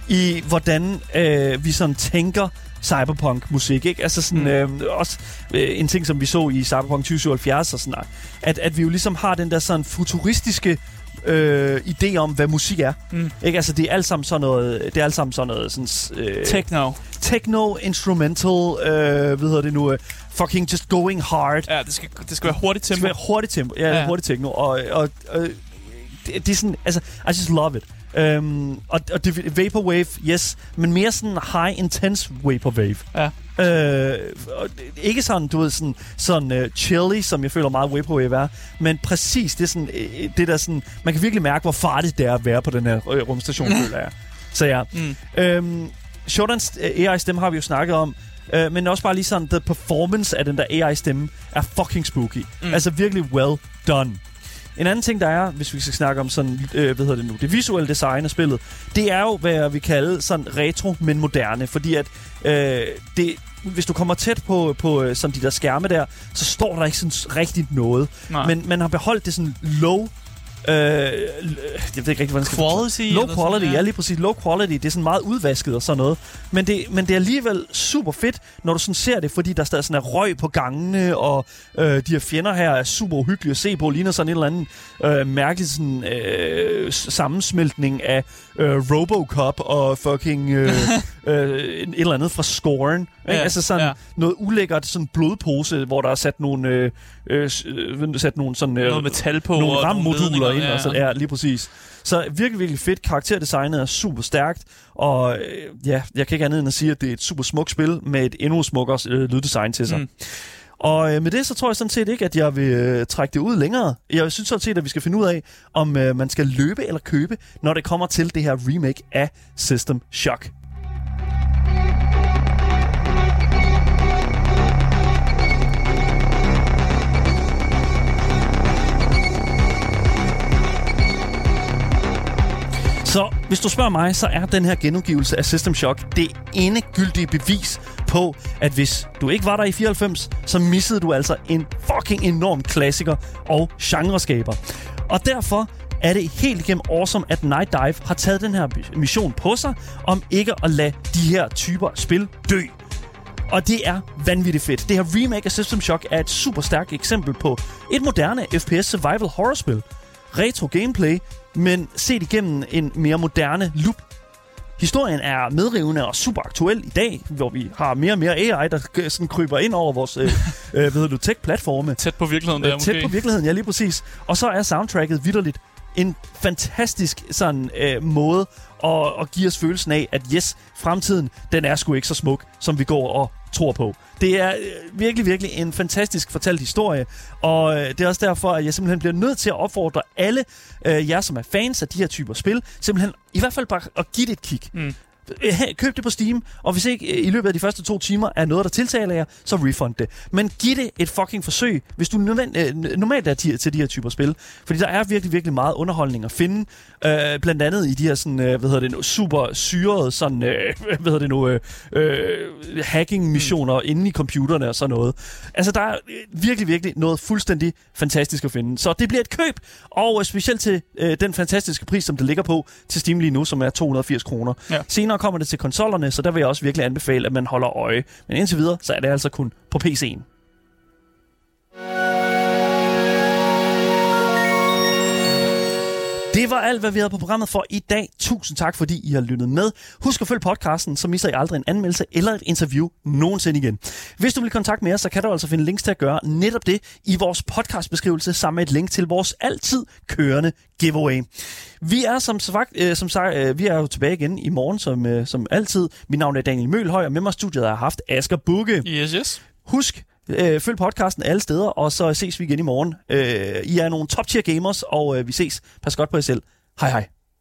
i hvordan øh, vi sådan tænker cyberpunk-musik, ikke? Altså sådan, mm. øh, også øh, en ting, som vi så i Cyberpunk tyve syvoghalvfjerds og sådan noget, at, at vi jo ligesom har den der sådan futuristiske øh, idé om, hvad musik er. Mm. Ikke? Altså, det er alt sammen sådan noget, det er alt sammen sådan noget sådan, øh, techno. Techno, instrumental, øh, hvad hedder det nu, øh, fucking just going hard. Ja, det skal, det skal være hurtigt tempo. Det skal være hurtigt tempo, ja, ja. hurtigt techno, og, og, og det, det er sådan, altså, I just love it. Um, og, og det vaporwave, yes, men mere sådan high intense vaporwave. Ja. Uh, og ikke sådan, du ved, sådan, sådan uh, chilly, som jeg føler meget vaporwave er, men præcis det er sådan, uh, det der sådan, man kan virkelig mærke, hvor farligt det er at være på den her uh, rumstation, føler jeg. Så ja. Mm. Um, Shotans uh, A I-stemme har vi jo snakket om, uh, men også bare lige sådan, the performance af den der A I-stemme er fucking spooky. Mm. Altså virkelig well done. En anden ting, der er, hvis vi skal snakke om sådan, øh, hvad hedder det nu, det visuelle design af spillet, det er jo, hvad jeg vil kalde sådan retro, men moderne. Fordi at, øh, det, hvis du kommer tæt på, på sådan de der skærme der, så står der ikke sådan rigtigt noget. Nej. Men man har beholdt det sådan low, Øh, jeg ved ikke rigtig, hvordan skal quality, low quality, sådan, ja. ja lige præcis. Low quality, det er sådan meget udvasket og sådan noget. Men det, men det er alligevel super fedt, når du sådan ser det, fordi der stadig sådan er røg på gangene, og øh, de her fjender her er super uhyggelige at se på, ligner sådan en eller anden øh, mærkelig sådan, øh, sammensmeltning af øh, Robocop og fucking øh, øh, et eller andet fra Scorn. Ja, altså sådan ja. noget ulækkert sådan blodpose, hvor der er sat nogle øh, øh, sat nogle sådan øh, noget metal på nogle RAM-moduler ind, ja. og så ja, lige præcis. Så virkelig, virkelig fedt. Karakterdesignet er super stærkt, og øh, ja, jeg kan ikke andet end at sige, at det er et super smukt spil med et endnu smukkere øh, lyddesign til sig. Mm. Og øh, med det, så tror jeg sådan set ikke, at jeg vil øh, trække det ud længere. Jeg synes sådan set, at vi skal finde ud af, om øh, man skal løbe eller købe, når det kommer til det her remake af System Shock. Så hvis du spørger mig, så er den her genudgivelse af System Shock det endegyldige bevis på, at hvis du ikke var der i fireoghalvfems, så missede du altså en fucking enorm klassiker og genreskaber. Og derfor er det helt igennem awesome, at Night Dive har taget den her mission på sig, om ikke at lade de her typer spil dø. Og det er vanvittigt fedt. Det her remake af System Shock er et super stærkt eksempel på et moderne F P S survival horror-spil. Retro gameplay, men set igennem en mere moderne loop. Historien er medrivende og super aktuel i dag, hvor vi har mere og mere A I, der sådan kryber ind over vores øh, øh, hvad hedder du, tech-platforme. Tæt på virkeligheden der, øh, Tæt måske. på virkeligheden, ja lige præcis. Og så er soundtracket vitterligt en fantastisk sådan øh, måde at, at give os følelsen af, at yes, fremtiden, den er sgu ikke så smuk, som vi går og tror på. Det er øh, virkelig, virkelig en fantastisk fortalt historie, og øh, det er også derfor, at jeg simpelthen bliver nødt til at opfordre alle øh, jer, som er fans af de her typer spil, simpelthen i hvert fald bare at give det et kig. Mm. Køb det på Steam, og hvis ikke i løbet af de første to timer er noget, der tiltaler jer, så refund det. Men giv det et fucking forsøg, hvis du normalt er til de her typer spil. Fordi der er virkelig, virkelig meget underholdning at finde. Øh, blandt andet i de her sådan, øh, hvad hedder det nu, super syrede sådan, øh, hvad hedder det nu, øh, øh, hacking-missioner mm. inde i computerne og sådan noget. Altså, der er virkelig, virkelig noget fuldstændig fantastisk at finde. Så det bliver et køb, og specielt til øh, den fantastiske pris, som det ligger på til Steam lige nu, som er to hundrede og firs kroner. Ja. Senere kommer det til konsollerne, så der vil jeg også virkelig anbefale, at man holder øje. Men indtil videre, så er det altså kun på P C'en. Det var alt, hvad vi havde på programmet for i dag. Tusind tak, fordi I har lyttet med. Husk at følge podcasten, så misser I aldrig en anmeldelse eller et interview nogensinde igen. Hvis du vil kontakte med os, så kan du altså finde links til at gøre netop det i vores podcastbeskrivelse, sammen med et link til vores altid kørende giveaway. Vi er som sagt, øh, som sagt øh, vi er jo tilbage igen i morgen, som, øh, som altid. Mit navn er Daniel Mølhøj, og med mig i studiet har haft Asger Bugge. Yes, yes. Husk, øh, følg podcasten alle steder, og så ses vi igen i morgen. Øh, I er nogle top-tier gamers, og øh, vi ses. Pas godt på jer selv. Hej hej.